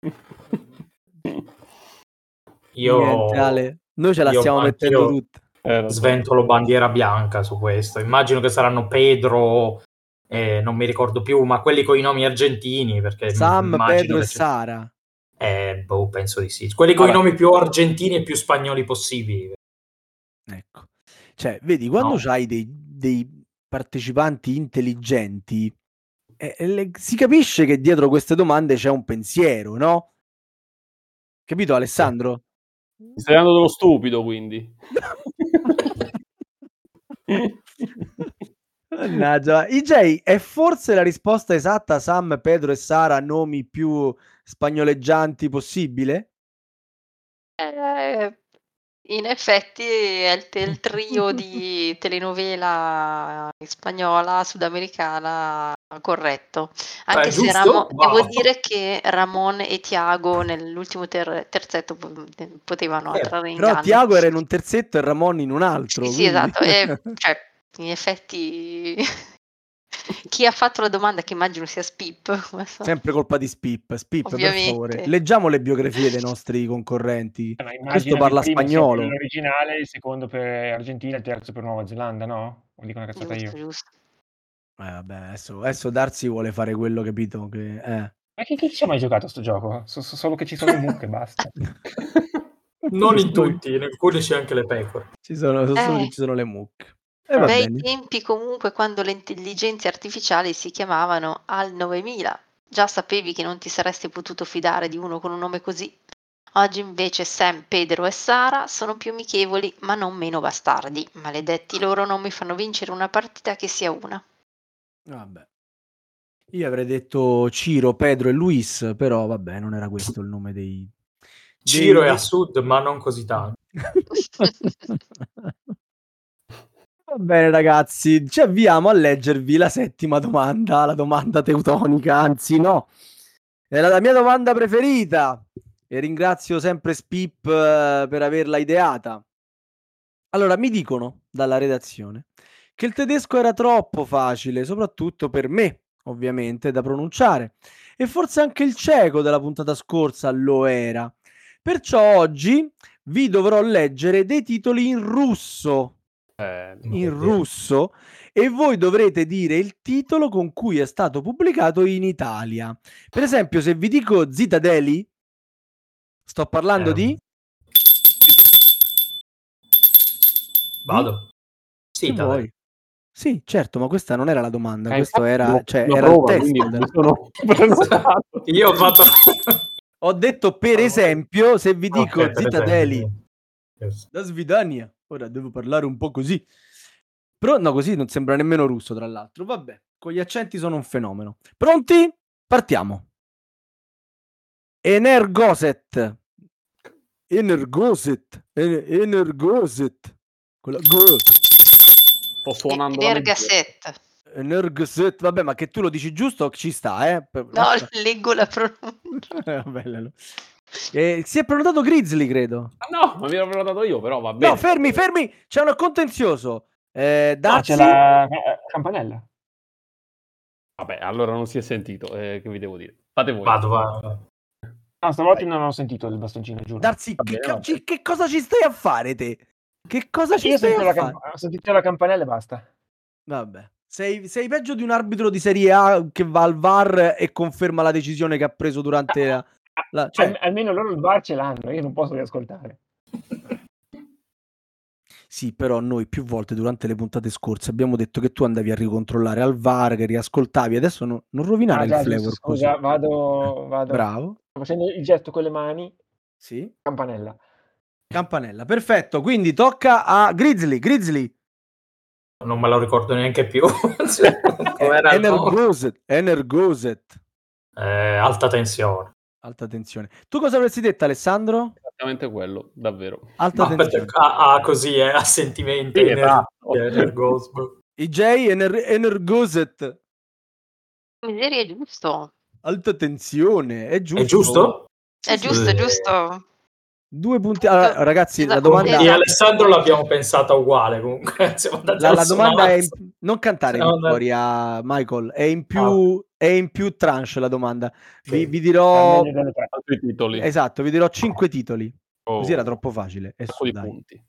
Io, Niente, Ale. Noi ce la io- stiamo anch'io mettendo tutta. Eh, lo so. sventolo bandiera bianca su questo. Immagino che saranno Pedro, eh, non mi ricordo più, ma quelli con i nomi argentini, perché Sam, immagino Pedro e che c'è- Sara. Eh, boh, penso di sì. Quelli con i Vabbè. nomi più argentini e più spagnoli possibili. Ecco. Cioè, vedi, quando No. c'hai dei, dei partecipanti intelligenti, eh, le- si capisce che dietro queste domande c'è un pensiero, no? Capito, Alessandro? Mi stai dando dello stupido, quindi. Mannaggia. I J, è forse la risposta esatta Sam, Pedro e Sara, nomi più spagnoleggianti possibile? Eh, in effetti è il, il trio di telenovela spagnola, sudamericana, corretto. Anche Eh, se giusto? Ramo- Wow. devo dire che Ramon e Tiago nell'ultimo ter- terzetto po- potevano Eh, entrare in Però inganno. Tiago era in un terzetto e Ramon in un altro. Sì, sì, quindi- esatto. E, cioè, in effetti chi ha fatto la domanda, che immagino sia Spip, come so. Sempre colpa di Spip. Spip, per Ovviamente. favore. Leggiamo le biografie dei nostri concorrenti. Ma immagino Questo che parla il primo sia spagnolo. quello originale, il secondo per Argentina, il terzo per Nuova Zelanda, no? O dico una cazzata Giusto, io. giusto. Eh, vabbè, adesso, adesso Darsi vuole fare quello, capito? Che, eh. Ma che, chi ci ha mai giocato a sto gioco? So- so- solo che ci sono le mucche, basta. Non in tutti, in alcuni c'è anche le pecore. Ci sono, so solo Eh. che ci sono le mucche. E va Bei bene. tempi comunque quando le intelligenze artificiali si chiamavano Al novemila. Già sapevi che non ti saresti potuto fidare di uno con un nome così. Oggi invece Sam, Pedro e Sara sono più amichevoli ma non meno bastardi. Maledetti loro non mi fanno vincere una partita che sia una. Vabbè. Io avrei detto Ciro, Pedro e Luis, però vabbè, non era questo il nome dei... Ciro dei- è a sud, ma non così tanto. Va bene ragazzi, ci avviamo a leggervi la settima domanda, la domanda teutonica, anzi no, era la mia domanda preferita e ringrazio sempre Spip eh, per averla ideata. Allora, mi dicono dalla redazione che il tedesco era troppo facile, soprattutto per me, ovviamente, da pronunciare. E forse anche il ceco della puntata scorsa lo era. Perciò oggi vi dovrò leggere dei titoli in russo. Eh, In russo. E voi dovrete dire il titolo con cui è stato pubblicato in Italia. Per esempio, se vi dico Zitadeli, sto parlando Eh, di... Vado. Che Sì, Tadeo. vuoi? Sì, certo, ma questa non era la domanda, eh, questo infatti, era, l'ho- cioè, l'ho era il prova, testo. quindi del- mi sono prenotato. Io ho fatto... Ho detto per esempio, se vi dico Ok, per Zitadeli esempio. Yes. da Svidania, ora devo parlare un po' così. Però no, così non sembra nemmeno russo, tra l'altro. Vabbè, con gli accenti sono un fenomeno. Pronti? Partiamo. Energoset. Energoset. En- Energoset. Con la G. Sto suonando la Energaset. Energoset. Vabbè, ma che tu lo dici giusto, ci sta, eh? Per- No, lascia- leggo la pronuncia. Vabbè, Lello. Eh, si è prenotato Grizzly, credo. Ah, no, ma mi ero prenotato io, però va bene. No, fermi, fermi. C'è un contenzioso. Eh, No, Darsi. c'è la eh, campanella. Vabbè, allora non si è sentito, eh, che vi devo dire? Fate voi. Vado, vado. No, stavolta non ho sentito il bastoncino, giuro. Darsi, Va che, bene, ca- va ci- bene. che cosa ci stai a fare te? Che cosa ci Io ho stai sentito, a la fare? camp- ho sentito la campanella e basta. Vabbè. Sei, sei peggio di un arbitro di Serie A che va al V A R e conferma la decisione che ha preso durante la... la- cioè, Al- almeno loro il bar ce l'hanno, io non posso riascoltare. sì, però noi più volte durante le puntate scorse abbiamo detto che tu andavi a ricontrollare al V A R, che riascoltavi. Adesso no- non rovinare Ah, il già, giusto, flavor così. scusa, vado, vado. Bravo. Sto facendo il gesto con le mani, Sì. campanella. Campanella. Perfetto. Quindi tocca a Grizzly. Grizzly. Non me lo ricordo neanche più. Cioè, com'era il nome? Energoset. Energoset. Eh, alta tensione. Alta tensione. Tu cosa avresti detto, Alessandro? Esattamente quello, davvero. Alta Ma tensione. perché ha, ha così, eh, a sentimenti, Sì, ener- esatto. energosmo. I J Ener- Energoset. Miseria, è giusto. Alta tensione. È giusto. È giusto? È giusto, è Eh, giusto. Due punti. Allora, ragazzi, la Esatto, domanda, Di esatto. Alessandro l'abbiamo pensata uguale comunque. Siamo andati la, al la domanda è in- sonazzo. non cantare Siamo andati- Vittoria, Michael. È in più, è in più tranche la domanda. Vi, Sì. vi Al dirò meglio delle tre. Altri titoli. esatto, vi dirò cinque titoli. Oh, Così era troppo facile. E un su, sacco di dai. punti.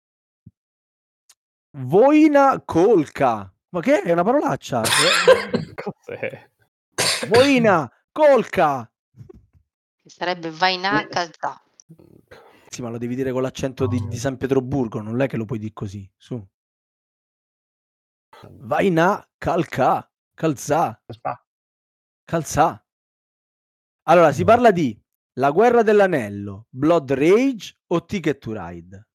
Voina colca. Ma che è? È una parolaccia. Cos'è? Voina colca. Che sarebbe Vaina Calzà. Sì, ma lo devi dire con l'accento di, di San Pietroburgo, non è che lo puoi dire così. Su. Vaina calca. Calzà. Calzà. Allora, si parla di La guerra dell'anello, Blood Rage o Ticket to Ride?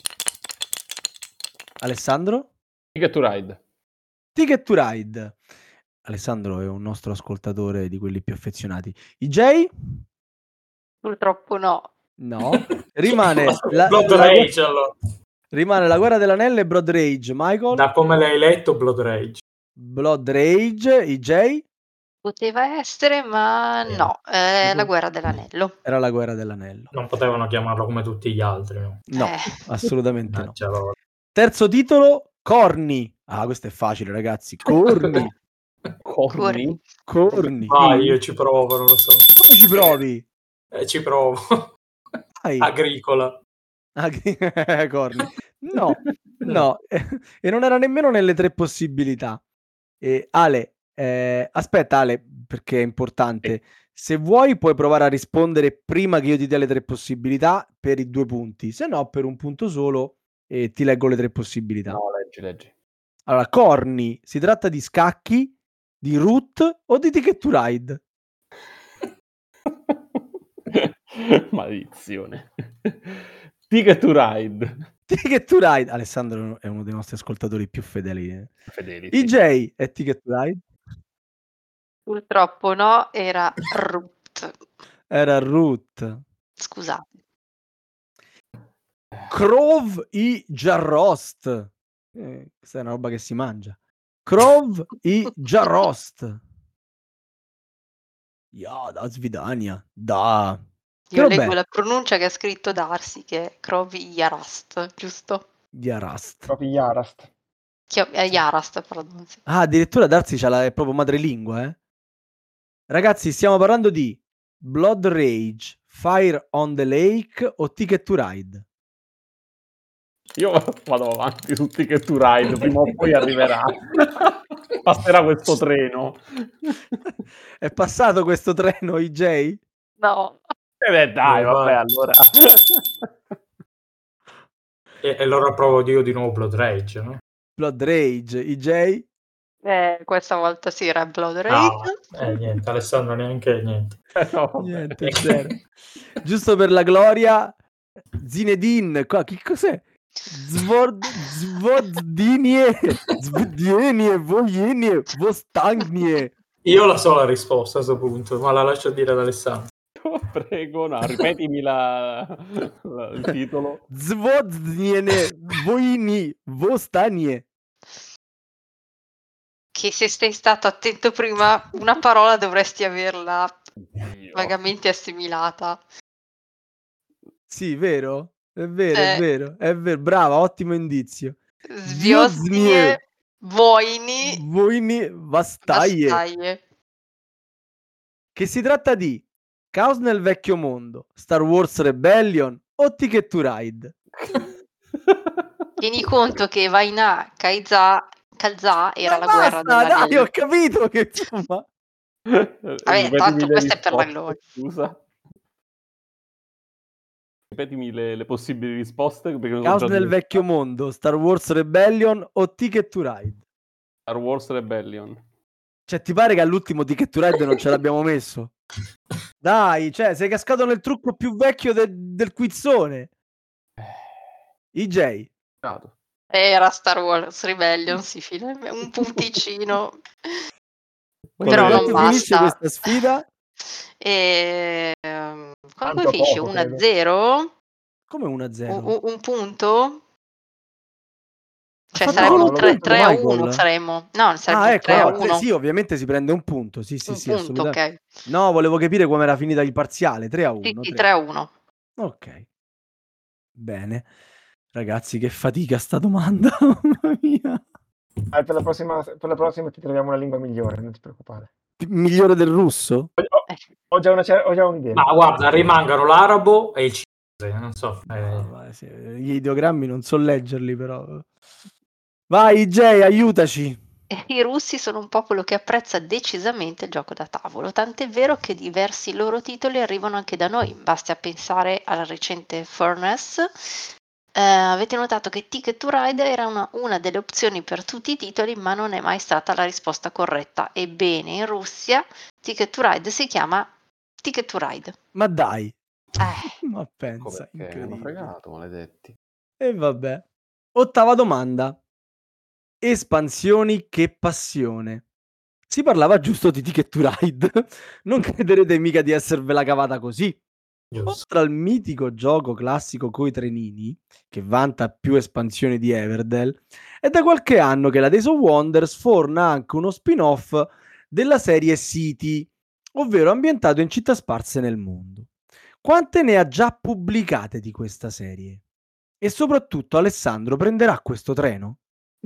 Alessandro? Ticket to Ride. Ticket to Ride. Alessandro è un nostro ascoltatore di quelli più affezionati. I J? Purtroppo no. No. Rimane la, Blood la- Rage, allora. rimane La guerra dell'anello e Blood Rage. Michael? Da come l'hai letto, Blood Rage. Blood Rage. I J? Poteva essere, ma Eh. no. È la guerra dell'anello. Era La guerra dell'anello. Non potevano chiamarlo come tutti gli altri, no? No, Eh. assolutamente Eh, no. cioè, allora. Terzo titolo, Corni. Ah, questo è facile, ragazzi. Corni. Corni. Corni. Ah, io ci provo, non lo so. Come ci provi? Eh, ci provo. Dai. Agricola. Ah, Corni. No, no. E non era nemmeno nelle tre possibilità. E Ale, eh, aspetta Ale, perché è importante. Se vuoi puoi provare a rispondere prima che io ti dia le tre possibilità per i due punti. Se no, per un punto solo e ti leggo le tre possibilità. No, leggi, leggi. Allora, Corni, si tratta di scacchi, di root o di Ticket to Ride? Maledizione. Ticket to Ride. Ticket to Ride. Alessandro è uno dei nostri ascoltatori più fedeli. eh. Fedeli, I sì. J è Ticket to Ride? Purtroppo no, era Root. Era root. Scusate. Krov i Jarrost. Eh, questa è una roba che si mangia. Krov i Jarrost. Ja, da Svidania. Da. Che Io leggo roba è? la pronuncia che ha scritto Darsi, che è Krovi Yarast, giusto? Jarast. Proprio Yarast. Chi- È Yarast, pardon. Sì. Ah, addirittura Darsi c'ha la è proprio madrelingua, eh. Ragazzi, stiamo parlando di Blood Rage, Fire on the Lake o Ticket to Ride? Io vado avanti su Ticket to Ride, prima o poi arriverà. Passerà questo treno. È passato questo treno, I J? No. E beh, dai, No, vabbè, vai. allora. E, e allora provo io di nuovo Blood Rage, no? Blood Rage, I J? Eh, questa volta sì, era Blood No, Rage. eh, niente, Alessandro neanche niente. Eh, no, vabbè. Niente, zero. Giusto per la gloria, Zinedine, qua, che cos'è? Zvord, Zvoddinie, Zvodienie, Voienie, Vostagnie. Io la so la risposta a questo punto, ma la lascio dire ad Alessandro. Prego, no, ripetimi la, la- il titolo. Zvodniene, Voini, Vostanie. Che se sei stato attento prima, una parola dovresti averla Dio. vagamente assimilata. Sì, vero? È vero, è Eh, vero, è vero. Brava, ottimo indizio. Zviosnie, Voini, Voini, Vastaie. Vastaie. Che si tratta di Caos nel vecchio mondo, Star Wars Rebellion o Ticket to Ride? Tieni conto che Vaina Kaiza, Kalza era Ma la guerra basta, dai, dell'anello. ho capito che insomma... Vabbè, tanto questa è per la gloria. Scusa. Ripetimi le, le possibili risposte. Perché ne so Caos già nel due. vecchio mondo, Star Wars Rebellion o Ticket to Ride? Star Wars Rebellion. Cioè, ti pare che all'ultimo Ticket to Ride non ce l'abbiamo messo? Dai, cioè, sei cascato nel trucco più vecchio de- del quizzone. I J. Peccato. Era Star Wars Rebellion, sì, fine- un punticino. Qual Però è? non Quanto finisce basta. questa sfida? E, ehm, come Tanto finisce? poco, uno a credo. zero? Come uno a Un, zero? un- un punto? Ha Cioè fatto No, saremmo non solo lo un vedo. punto, tre a uno, Michael. saremmo. No, sarebbe Ah, un ecco, tre a no, te- uno. sì, ovviamente si prende un punto. Sì, sì, Un sì, punto, assolutamente. ok. No, volevo capire come era finita il parziale. tre a Sì, uno. sì, tre tre a a uno. uno. Ok. Bene. Ragazzi, che fatica sta domanda. Mamma mia. Eh, per la prossima, per la prossima ti troviamo una lingua migliore, non ti preoccupare. Migliore del russo? Ho, ho- ho già, una, cer- ho già un'idea. Ma guarda, rimangano l'arabo e il cinese, non so. eh. No, vai, sì, gli ideogrammi non so leggerli, però. Vai, J, aiutaci. I russi sono un popolo che apprezza decisamente il gioco da tavolo, tant'è vero che diversi loro titoli arrivano anche da noi. Basti a pensare alla recente Furnace. Eh, avete notato che Ticket to Ride era una, una delle opzioni per tutti i titoli, ma non è mai stata la risposta corretta. Ebbene, in Russia Ticket to Ride si chiama Ticket to Ride. Ma dai. Eh, Ma Ecco pensa, perché mi hanno incredibile. fregato, maledetti. E vabbè. Ottava domanda. Espansioni, che passione. Si parlava giusto di Ticket to Ride. Non crederete mica di esservela cavata così. Giusto. Oltre al mitico gioco classico coi trenini, che vanta più espansioni di Everdell, è da qualche anno che la Days of Wonder sforna anche uno spin-off della serie City, ovvero ambientato in città sparse nel mondo. Quante ne ha già pubblicate di questa serie? E soprattutto Alessandro prenderà questo treno?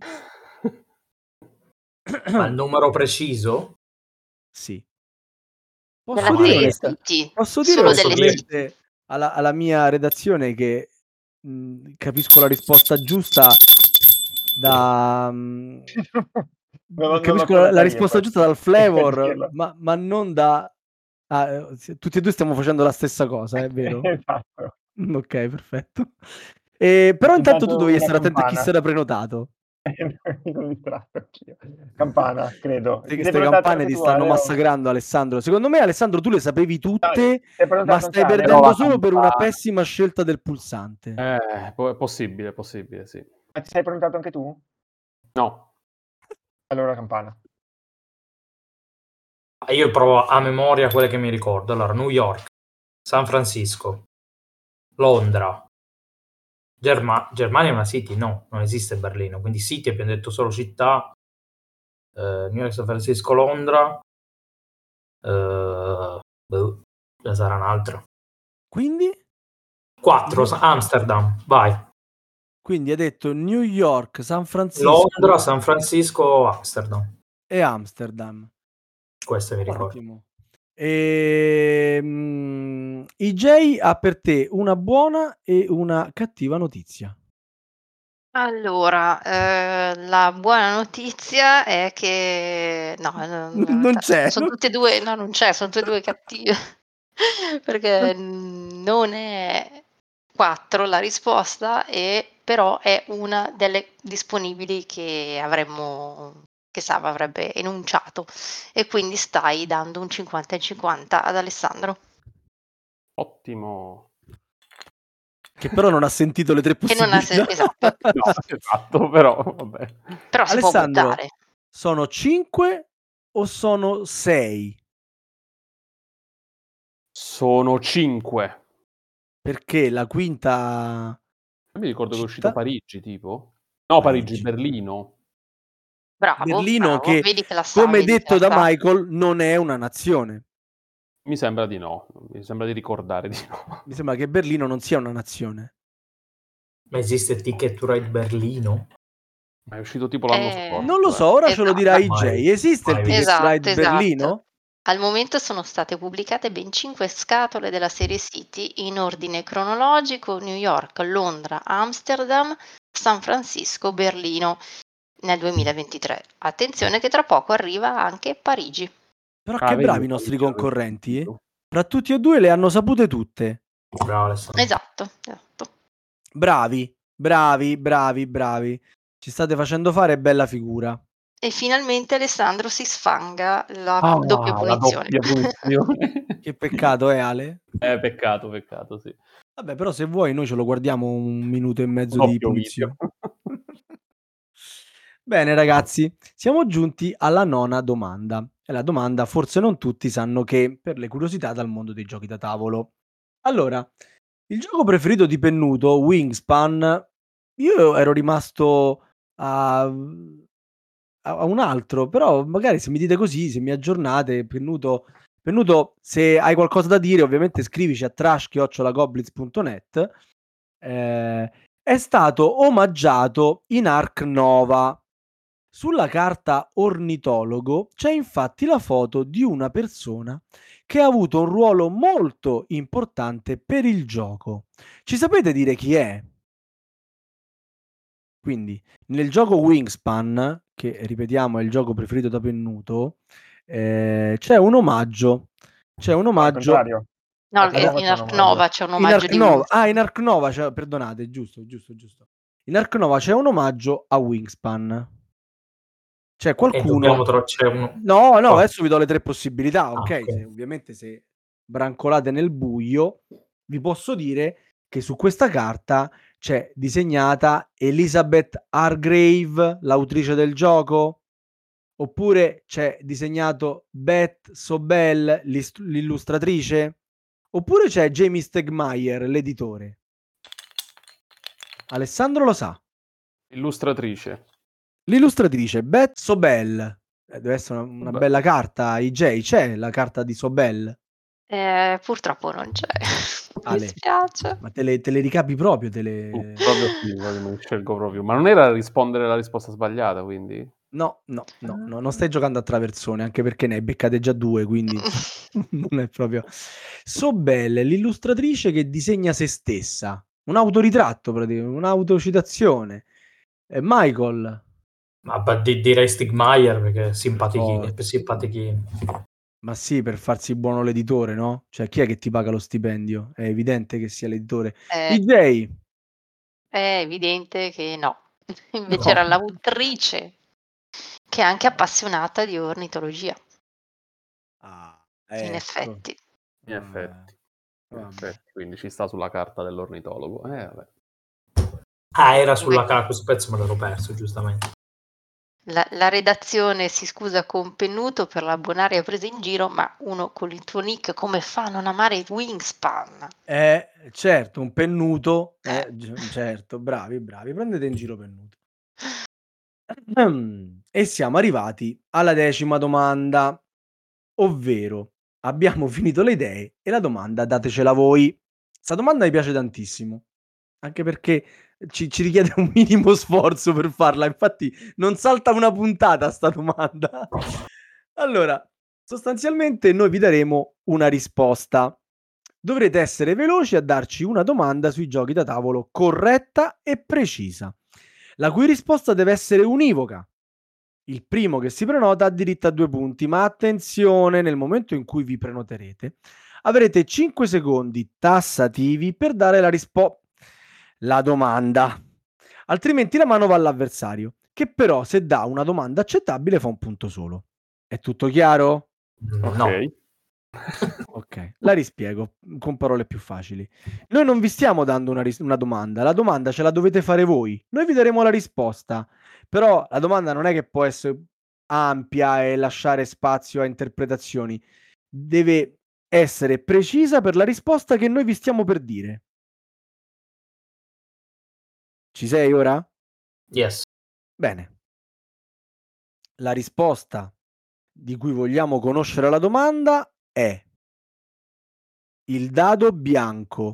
Ma il numero preciso? Sì. della Posso dire, serie onesta- City, posso dire solo delle onestamente City. alla, alla mia redazione che mh, capisco la risposta giusta da... mh, Non, non l'ho capisco la, la colta io, risposta infatti. giusta dal Per flavor, dirlo. ma, ma non da... ah, eh, sì, tutti e due stiamo facendo la stessa cosa, è vero? Esatto. Mm, Ok, perfetto. Eh, però intanto tu Intanto dovevi una stare attento a chi campana. si era prenotato. Mi sono distratto anch'io. Campana, credo. Sì, Ti che sei queste prenotato campane anche ti tu, stanno Ale, o- massacrando, Alessandro. Secondo me, Alessandro, tu le sapevi Dai, tutte, sei ma prenotato anche stai Ale? perdendo la solo per una campana. pessima scelta del pulsante. Eh, po- è possibile, è possibile, sì. Ma ti sei prenotato anche tu? No. Allora campana. Io provo a memoria quelle che mi ricordo. Allora, New York, San Francisco, Londra, Germa- Germania è una city? No, non esiste Berlino, quindi city abbiamo detto solo città. eh, New York, San Francisco, Londra. Eh, boh, ce sarà un'altra. Quindi? Quattro, Amsterdam, vai. Quindi ha detto New York, San Francisco, Londra, San Francisco, Amsterdam. e Amsterdam. Questo mi ricordo. Ottimo. E, mm, I J ha per te una buona e una cattiva notizia. Allora, eh, la buona notizia è che no, non, Non c'è. sono non- tutte e due, no, non c'è, sono tutte e due cattive. Perché mm, non è quattro la risposta, e però è una delle disponibili che avremmo, che Sava avrebbe enunciato, e quindi stai dando un cinquanta e cinquanta ad Alessandro, Ottimo. Che però non ha sentito le tre che non ha possibilità. sen- esatto, No, esatto, però vabbè. però si può Alessandro, votare. sono cinque o sono sei? Sono cinque. Perché la quinta Mi ricordo che è uscito città, Parigi, tipo? No, Parigi, Parigi. Berlino. Bravo, Berlino, bravo, che vedi che la sa, come vedi che detto la da sa. Michael non è una nazione. Mi sembra di no. Mi sembra di ricordare di no. Mi sembra che Berlino non sia una nazione. Ma esiste Ticket to Ride Berlino? Ma è uscito tipo l'anno Eh, scorso. Non lo eh. so, ora ce lo esatto. dirà I J. Mai- Esiste il mai Ticket visto. to Ride Esatto, esatto. Berlino? Al momento sono state pubblicate ben cinque scatole della serie City in ordine cronologico: New York, Londra, Amsterdam, San Francisco, Berlino nel duemilaventitré. Attenzione che tra poco arriva anche Parigi. Però Ah, che vedi, bravi i io nostri avevo concorrenti. sentito. Fra tutti e due le hanno sapute tutte. Bravo Alessandro. Esatto, esatto. Bravi, bravi, bravi, bravi. Ci state facendo fare bella figura. E finalmente Alessandro si sfanga la Ah, doppia la punizione. doppia punizione. Che peccato, eh, Ale? Eh, peccato, peccato, sì. Vabbè, però se vuoi noi ce lo guardiamo un minuto e mezzo Un di doppio punizione. video. Bene, ragazzi, siamo giunti alla nona domanda. E la domanda forse non tutti sanno che, per le curiosità dal mondo dei giochi da tavolo. Allora, il gioco preferito di Pennuto, Wingspan, io ero rimasto a, a un altro, però magari se mi dite così, se mi aggiornate, Pennuto, Pennuto, se hai qualcosa da dire, ovviamente scrivici a trash chiocciola goblins punto net. Eh, è stato omaggiato in Ark Nova. Sulla carta ornitologo c'è infatti la foto di una persona che ha avuto un ruolo molto importante per il gioco. Ci sapete dire chi è? Quindi, nel gioco Wingspan, che ripetiamo è il gioco preferito da Pennuto, eh, c'è un omaggio. C'è un No, al omaggio contrario. No, Ark Nova in c'è un Ark omaggio. Nova c'è un in omaggio Ark di Nova. Wingspan. Ah, in Ark Nova c'è, perdonate, giusto, giusto, giusto. In Ark Nova c'è un omaggio a Wingspan. C'è E qualcuno. dobbiamo trovare c'è uno. No, no, Oh. adesso vi do le tre possibilità, Ah, ok? ok. Se, ovviamente se brancolate nel buio, vi posso dire che su questa carta c'è disegnata Elizabeth Hargrave, l'autrice del gioco, oppure c'è disegnato Beth Sobel, l'ist- l'illustratrice, oppure c'è Jamie Stegmaier, l'editore. Alessandro lo sa. Illustratrice. L'illustratrice Beth Sobel. Eh, deve essere una, una Vabbè. bella carta. I J, c'è la carta di Sobel? Eh, purtroppo non c'è. Mi Ale, dispiace. ma te le, te le ricapi proprio? Te le... Uh, proprio sì, proprio me ne scelgo proprio. Ma non era rispondere la risposta sbagliata, quindi... No, no, no, no, non stai giocando a traversone, anche perché ne hai beccate già due, quindi non è proprio... Sobel, l'illustratrice che disegna se stessa. Un autoritratto, praticamente, un'autocitazione. Eh, Michael. Ma ba- di- direi Stigmaier perché è simpatichino, Oh, è simpatichino. ma sì, per farsi buono l'editore, no? Cioè, chi è che ti paga lo stipendio? È evidente che sia l'editore. Eh, I J. è evidente che no. Invece No. era l'autrice, che è anche appassionata di ornitologia, Ah, in ecco. effetti. In Vabbè, effetti. In vabbè. effetti. Quindi ci sta sulla carta dell'ornitologo. Eh, vabbè. Ah, era sulla carta, questo pezzo me l'ero perso, giustamente. La, la redazione si scusa con Pennuto per la bonaria presa in giro, ma uno con il tuo nick come fa a non amare il Wingspan? Eh, certo, un pennuto, Eh. eh, gi- certo, bravi, bravi, prendete in giro pennuto. Ehm, E siamo arrivati alla decima domanda, ovvero abbiamo finito le idee e la domanda datecela voi. Sta domanda mi piace tantissimo, anche perché ci, ci richiede un minimo sforzo per farla, infatti non salta una puntata sta domanda. Allora, sostanzialmente noi vi daremo una risposta. Dovrete essere veloci a darci una domanda sui giochi da tavolo corretta e precisa, la cui risposta deve essere univoca. Il primo che si prenota ha diritto a due punti, ma attenzione, nel momento in cui vi prenoterete, avrete cinque secondi tassativi per dare la risposta, la domanda. Altrimenti la mano va all'avversario, che però se dà una domanda accettabile fa un punto solo. È tutto chiaro? Ok. No. Ok, la rispiego con parole più facili. Noi non vi stiamo dando una, ris- una domanda, la domanda ce la dovete fare voi. Noi vi daremo la risposta, però la domanda non è che può essere ampia e lasciare spazio a interpretazioni. Deve essere precisa per la risposta che noi vi stiamo per dire. Ci sei ora? Yes. Bene. La risposta di cui vogliamo conoscere la domanda è il dado bianco.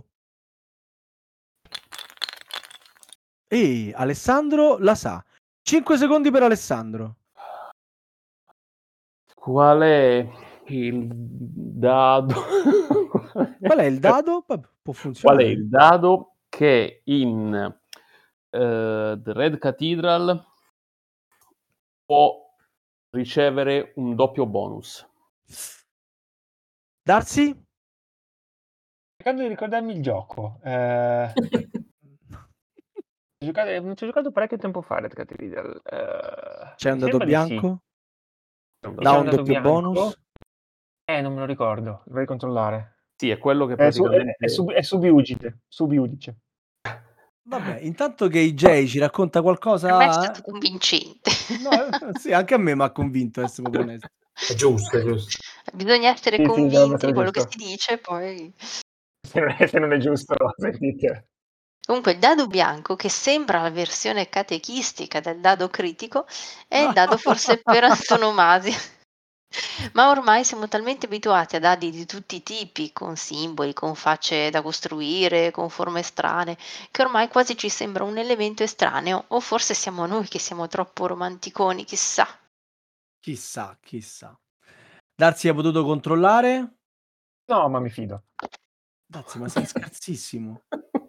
E Alessandro la sa. cinque secondi per Alessandro. Qual è il dado? Qual è il dado? Vabbè, può Qual è funzionare. il dado che in eh, The Red Cathedral può ricevere un doppio bonus? Darsi? Cercando di ricordarmi il gioco. Eh, ho giocato, eh, ci ho giocato parecchio tempo fa Red Cathedral. Eh, C'è un mi dado sembra di sì. bianco? Sì, Da c'è un un dado doppio bianco. bonus? Eh, non me lo ricordo, dovrei controllare. Sì, è quello che È, su, è, praticamente... è, sub, è subiudice, subiudice. Vabbè, intanto che I J ci racconta Per me è qualcosa... stato convincente. No, eh, sì, anche a me mi ha convinto, essere proprio onesto. È giusto, è giusto. Bisogna essere Sì, sì, dovrebbe convinti essere di quello che giusto. si dice, poi... Se non è, se non è giusto, sentite. Comunque il dado bianco, che sembra la versione catechistica del dado critico, è il dado forse per antonomasia. Ma ormai siamo talmente abituati a dadi di tutti i tipi, con simboli, con facce da costruire, con forme strane, che ormai quasi ci sembra un elemento estraneo, o forse siamo noi che siamo troppo romanticoni, chissà. Chissà, chissà. Darsi ha potuto controllare? No, ma mi fido. Darsi, ma sei scarsissimo.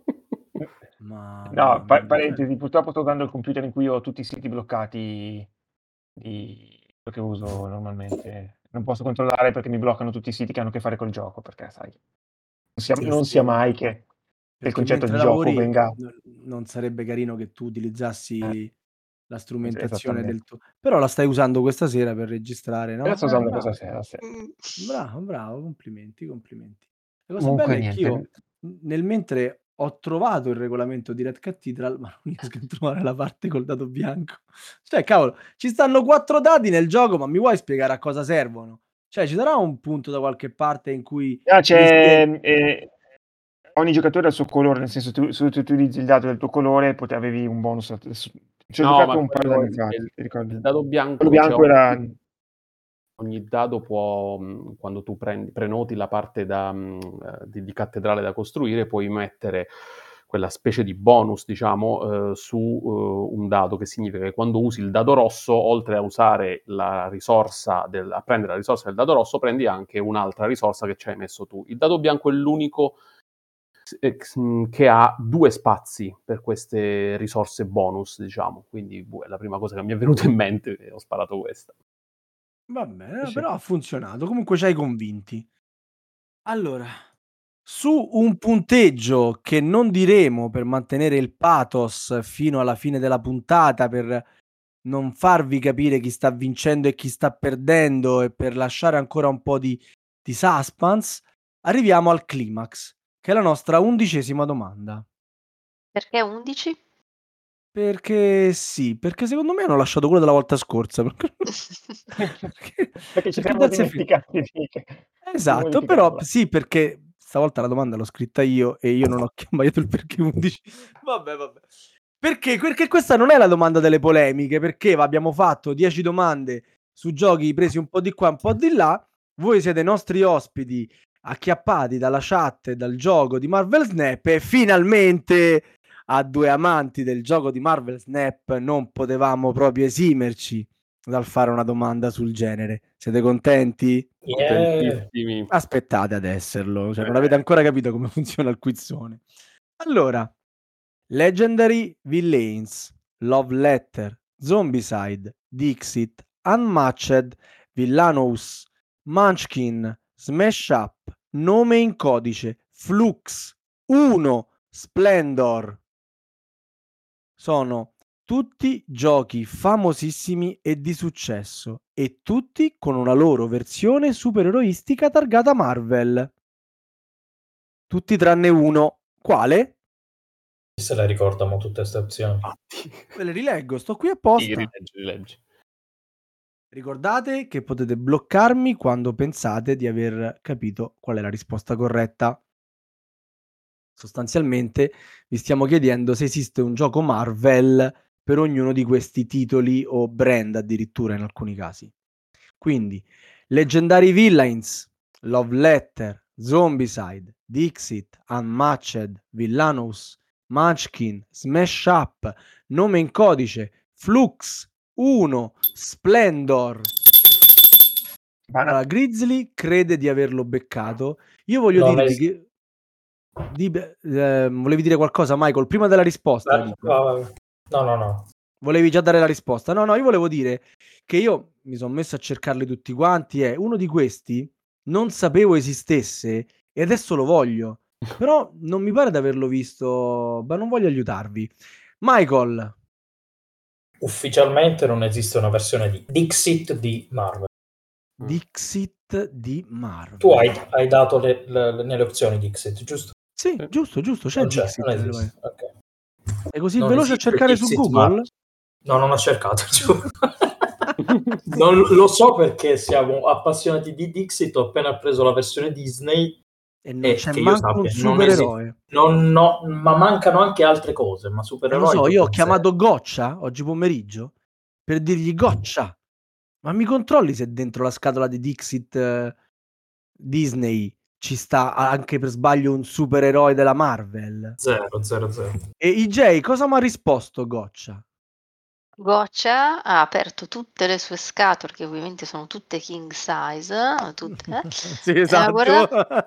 Mamma No, pa- mia. parentesi, purtroppo sto usando il computer in cui ho tutti i siti bloccati di quello che uso normalmente. Non posso controllare perché mi bloccano tutti i siti che hanno a che fare col gioco, perché sai, non sia, non sia Giusto. mai che, che il Perché concetto di mentre gioco lavori venga... n- non sarebbe carino che tu utilizzassi la strumentazione Esattamente. del tuo... Però la stai usando questa sera per registrare, E la no? sto Eh, usando bravo, questa sera, sì. bravo, bravo, complimenti, complimenti. La cosa bella Comunque è che io niente. n- nel mentre ho trovato il regolamento di Red Cathedral, ma non riesco a trovare la parte col dado bianco. Cioè, cavolo, ci stanno quattro dadi nel gioco, ma mi vuoi spiegare a cosa servono? Cioè, ci sarà un punto da qualche parte in cui Ah, mi spieghi... c'è... eh, ogni giocatore ha il suo colore, nel senso tu, se tu utilizzi il dato del tuo colore pote- avevi un bonus. Adesso- Ci ho No, giocato ma un paio quello d'anni è fa, è ti il, ricordi? il dado bianco Quello che c'è bianco era... ogni, ogni dado può, mh, quando tu prendi, prenoti la parte da, mh, eh, di, di cattedrale da costruire, puoi mettere quella specie di bonus, diciamo, eh, su eh, un dado, che significa che quando usi il dado rosso, oltre a usare la risorsa, del, a prendere la risorsa del dado rosso, prendi anche un'altra risorsa che ci hai messo tu. Il dado bianco è l'unico che ha due spazi per queste risorse bonus, diciamo. Quindi boh, è la prima cosa che mi è venuta in mente e ho sparato questa. Va bene, Sì. però ha funzionato. Comunque ci hai convinti. Allora, su un punteggio che non diremo per mantenere il pathos fino alla fine della puntata, per non farvi capire chi sta vincendo e chi sta perdendo e per lasciare ancora un po' di, di suspense, arriviamo al climax, che è la nostra undicesima domanda. Perché undici? Perché sì, perché secondo me hanno lasciato quello della volta scorsa. Perché, Perché ci perché siamo That's a Film- dimenticati di, di Esatto, però modificarla. sì, perché stavolta la domanda l'ho scritta io e io non ho sbagliato il perché undici. Vabbè, vabbè. Perché? Perché questa non è la domanda delle polemiche, perché abbiamo fatto dieci domande su giochi presi un po' di qua, un po' di là. Voi siete i nostri ospiti acchiappati dalla chat e dal gioco di Marvel Snap e finalmente a due amanti del gioco di Marvel Snap non potevamo proprio esimerci dal fare una domanda sul genere. Siete contenti? Yeah. Contentissimi. Aspettate ad esserlo, cioè non avete ancora capito come funziona il quizzone. Allora, Legendary Villains, Love Letter, Zombicide, Dixit, Unmatched, Villainous, Munchkin, Smash Up, Nome in codice, Flux, uno, Splendor. Sono tutti giochi famosissimi e di successo e tutti con una loro versione supereroistica targata Marvel. Tutti tranne uno. Quale? Chi se le ricordiamo tutte queste opzioni? Ve le rileggo, sto qui Sì, apposta. rileggi, rileggi. Ricordate che potete bloccarmi quando pensate di aver capito qual è la risposta corretta. Sostanzialmente vi stiamo chiedendo se esiste un gioco Marvel per ognuno di questi titoli o brand addirittura in alcuni casi. Quindi Legendary Villains, Love Letter, Zombicide, Dixit, Unmatched, Villainous, Munchkin, Smash Up, Nome in codice, Flux, uno, Splendor. Allora, Grizzly crede di averlo beccato. Io voglio Non dirvi es- che... Di, eh, volevi dire qualcosa, Michael? Prima della risposta, la Eh, dico. va- No, no, no. Volevi già dare la risposta. No, no, io volevo dire che io mi sono messo a cercarli tutti quanti e uno di questi non sapevo esistesse e adesso lo voglio. Però non mi pare di averlo visto, ma non voglio aiutarvi. Michael, Ufficialmente non esiste una versione di Dixit di Marvel. Dixit di Marvel. Tu hai, hai dato le, le- le- nelle opzioni Dixit, giusto? Sì, giusto, giusto, c'è Non c'è, Dixit. non esiste. Ok. È così Non veloce a esiste cercare su Dixit Google? Marvel. No, non ho cercato, giuro. Non lo so perché siamo appassionati di Dixit. Ho appena preso la versione Disney E non e c'è che io manco un sappia non esiste. supereroe. Non, no, ma mancano anche altre cose, ma Eh, supereroi lo so, io ho proprio chiamato Goccia oggi pomeriggio per dirgli Goccia, ma mi controlli se dentro la scatola di Dixit eh, Disney ci sta anche per sbaglio un supereroe della Marvel? zero, zero, zero. E I J, cosa mi ha risposto Goccia? Goccia ha aperto tutte le sue scatole, che ovviamente sono tutte king size, tutte, eh, Sì, e ha esatto. guardato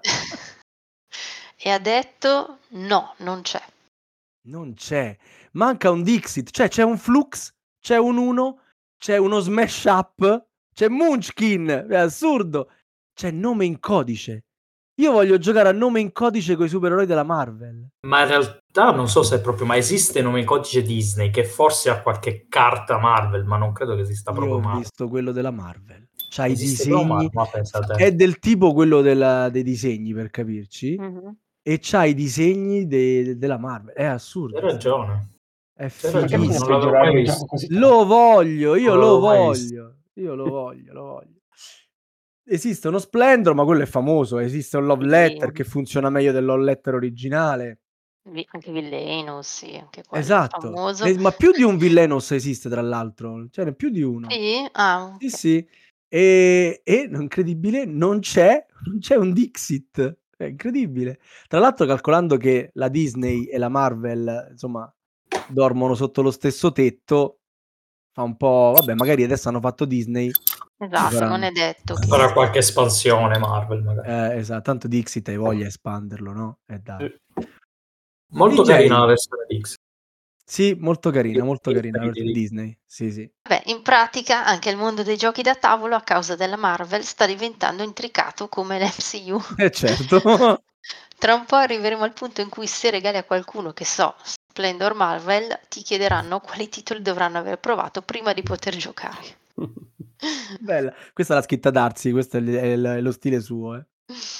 e ha detto: "No, non c'è". Non c'è. Manca un Dixit, cioè c'è un Flux, c'è un uno, c'è uno Smash Up, c'è Munchkin, è assurdo. C'è Nome in codice. Io voglio giocare a Nome in codice con i supereroi della Marvel. Ma in realtà non so se è proprio, ma esiste nome in codice Disney che forse ha qualche carta Marvel, ma non credo che esista Io proprio ho Marvel. visto quello della Marvel. C'ha i Esiste solo disegni, Marvel, ma pensa a te. è del tipo quello della- dei disegni per capirci, Mh-mh. e c'ha i disegni de- della Marvel. È assurdo. Hai ragione. È C'hai ragione, Perché bisogna non l'avevo peggiorare mai il visto. gioco così tanto? Lo voglio, io Non lo l'avevo mai visto. voglio. Io lo voglio, lo voglio. Esiste uno Splendor, ma quello è famoso. Esiste un Love Sì. Letter che funziona meglio del Love Letter originale. Vi anche Villainous, sì, anche quello è Esatto. famoso. Eh, ma più di un Villainous esiste, tra l'altro. Ce n'è più di uno. Sì? Ah, Sì, okay. sì. E, e incredibile, non c'è, non c'è un Dixit. È incredibile. Tra l'altro, calcolando che la Disney e la Marvel, insomma, dormono sotto lo stesso tetto, fa un po'. Vabbè, magari adesso hanno fatto Disney. ci Esatto, non faranno- è detto che Farà qualche espansione Marvel magari. Eh, esatto, tanto Dixit hai voglia di espanderlo, no? Eh, dai. Molto D J. carina la versione Dix. Sì, molto carina, molto Sì, carina la sì, versione sì. Disney. Sì, sì. Beh, in pratica anche il mondo dei giochi da tavolo a causa della Marvel sta diventando intricato come l'M C U. Eh, certo. Tra un po' arriveremo al punto in cui se regali a qualcuno, che so, Splendor Marvel, ti chiederanno quali titoli dovranno aver provato prima di poter giocare. Bella. Questa l'ha scritta Darsi, questo è, il- è il- è lo stile suo, eh.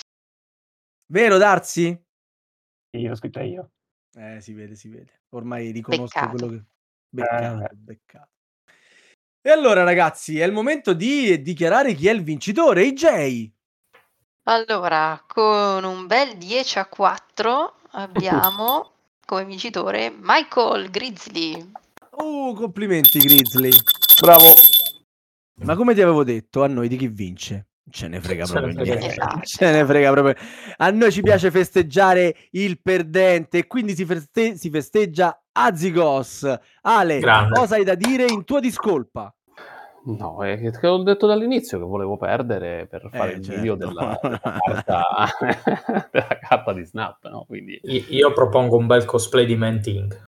Vero, Darsi? Sì, l'ho scritta io. Eh, si vede, si vede. Ormai riconosco quello Peccato. che... Beccato, Eh. beccato. E allora ragazzi, è il momento di dichiarare chi è il vincitore, I J. Allora, con un bel dieci a quattro abbiamo come vincitore Michael Grizzly. Uh, complimenti Grizzly. Bravo. Ma come ti avevo detto, a noi di chi vince? Ce ne frega Ce ne proprio frega niente. Esatto, Ce ne esatto. frega proprio. A noi ci piace festeggiare il perdente e quindi si, feste- si festeggia Azigos. Ale, Grande. cosa hai da dire in tua discolpa? No, è che che ho detto dall'inizio che volevo perdere per fare Eh, il video certo. della, della carta della carta di Snap, no? Quindi I- Io propongo un bel cosplay di Manting.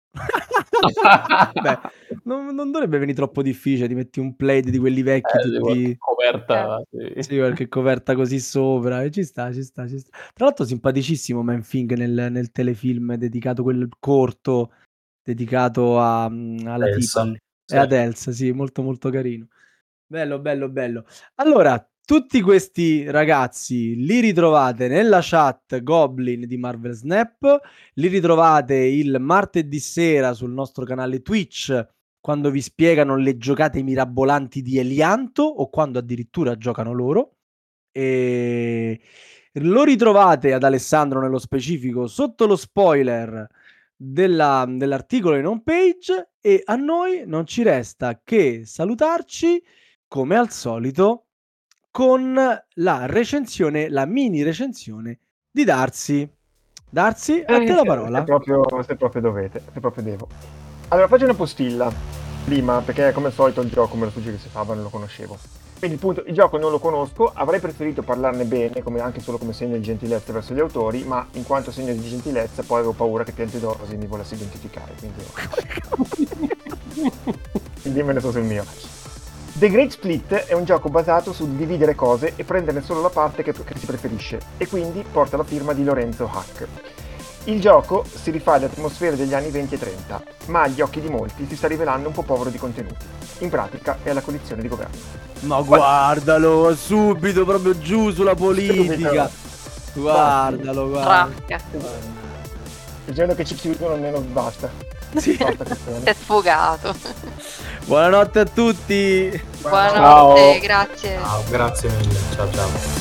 Beh, non, non dovrebbe venire troppo difficile, ti metti un plaid di quelli vecchi Eh, di qualche tutti... coperta, sì. Sì, qualche coperta così sopra, e ci sta, ci sta, ci sta. Tra l'altro simpaticissimo Manfing nel, nel telefilm dedicato, quel corto dedicato a, mm, alla tipa Elsa. lì. E Sì. ad Elsa, sì, molto molto carino. Bello, bello, bello. Allora, tutti questi ragazzi li ritrovate nella chat Goblin di Marvel Snap, li ritrovate il martedì sera sul nostro canale Twitch quando vi spiegano le giocate mirabolanti di Elianto o quando addirittura giocano loro. E lo ritrovate ad Alessandro nello specifico sotto lo spoiler della- dell'articolo in home page e a noi non ci resta che salutarci come al solito con la recensione, la mini recensione di Darsi. Darsi, a te Eh, la se, parola. se proprio, se proprio dovete, se proprio devo. Allora, faccio una postilla prima, perché come al solito il gioco me lo suggerisce se Fava non lo conoscevo. Quindi, appunto, il gioco non lo conosco, avrei preferito parlarne bene, come anche solo come segno di gentilezza verso gli autori, ma in quanto segno di gentilezza poi avevo paura che Piante d'Orsi mi volesse identificare, quindi... quindi me ne sto sul mio. The Great Split è un gioco basato sul dividere cose e prenderne solo la parte che, che si preferisce, e quindi porta la firma di Lorenzo Hack. Il gioco si rifà alle atmosfere degli anni venti e trenta, ma agli occhi di molti si sta rivelando un po' povero di contenuti. In pratica è alla coalizione di governo. Ma guardalo, subito proprio giù sulla politica. Subito. Guardalo, guarda. Racca. Il giorno che ci chiudono almeno basta. Sì. Basta questione. Si è sfogato. Buonanotte a tutti. Buonanotte, Ciao. grazie. Ciao, grazie mille. Ciao ciao.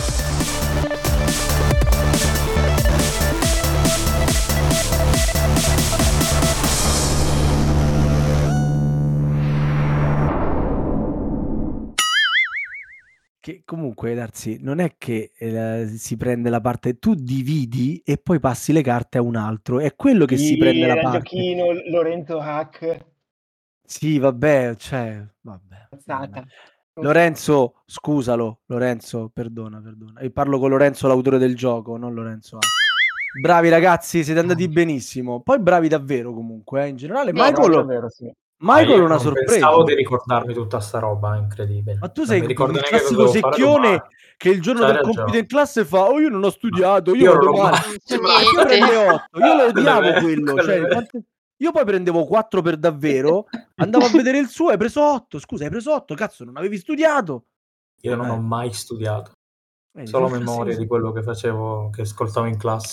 Che comunque, Darsi, non è che eh, si prende la parte, tu dividi e poi passi le carte a un altro, è quello che si Sì, prende la era il parte. giochino Lorenzo Hack. Sì, vabbè, cioè, vabbè. Cazzata. Lorenzo, scusalo, Lorenzo, perdona, perdona. E parlo con Lorenzo, l'autore del gioco, non Lorenzo Hack. Bravi ragazzi, siete andati benissimo. Poi bravi davvero comunque, eh, in generale. Vero. Michael, Davvero, sì. Michael Ah, io una non sorpresa. pensavo di ricordarmi tutta sta roba, incredibile. Ma tu Non sei mi ricordo il neanche cosa classico devo fare secchione domani. che il giorno C'hai del ragione. compito in classe fa: oh, io non ho studiato, io, Io vado non l'ho male. mai- Non c'è E poi niente. prende otto. Io lo odiavo Quelle quello. vere, Cioè, quelle quante- io poi prendevo quattro per davvero. Andavo a vedere il suo, hai preso otto. Scusa, hai preso otto. Cazzo, non avevi studiato. Io non Eh, ho mai studiato, vedi, solo sei il memoria classico di quello che facevo, che ascoltavo in classe.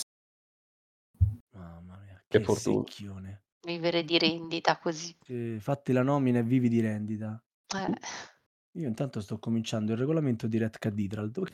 Mamma mia, Che che fortuna. secchione. Vivere di rendita così. Sì, fatti la nomina e vivi di rendita. Eh. Io intanto sto cominciando il regolamento di Red Cathedral. dove-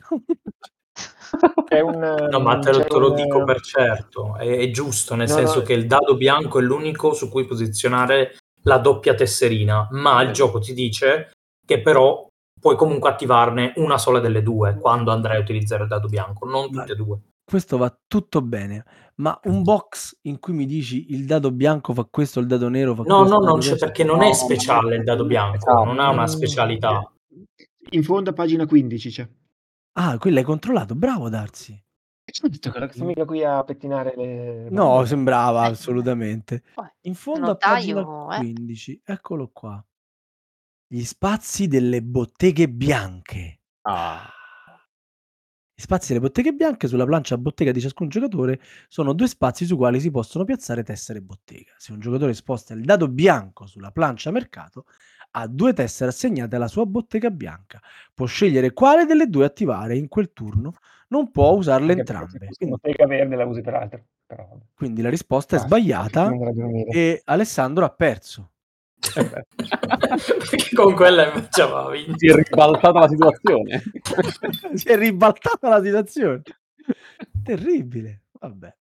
È un, No, ma te lo, c'è te lo un- dico per certo, è, è giusto, nel No, senso no. che il dado bianco è l'unico su cui posizionare la doppia tesserina, ma il gioco ti dice che però puoi comunque attivarne una sola delle due quando andrai a utilizzare il dado bianco, non Ma tutte e due. questo va tutto bene, ma un box in cui mi dici il dado bianco fa questo, il dado nero fa No, questo, no, il non dado c'è questo. perché non No, è ma speciale il dado bianco, esatto. non ha una Ah. specialità. In fondo a pagina quindici c'è. Ah, quello hai controllato, bravo Darsi. Ho detto che Sono mica qui a pettinare le No, bombe. sembrava assolutamente. Poi, In fondo a pagina notaio, eh. quindici, eccolo qua. Gli spazi delle botteghe bianche. Ah. Gli spazi delle botteghe bianche sulla plancia bottega di ciascun giocatore sono due spazi sui quali si possono piazzare tessere bottega. Se un giocatore sposta il dado bianco sulla plancia mercato, ha due tessere assegnate alla sua bottega bianca. Può scegliere quale delle due attivare in quel turno, non può usarle Anche perché se entrambe. fosse bottega verde la usi per altro. però vabbè. Quindi la risposta è Basta, sbagliata non ragione mia. e Alessandro ha perso. Eh beh. Perché con quella invece aveva vinto. Si è ribaltata la situazione. Si è ribaltata la situazione. Terribile. Vabbè.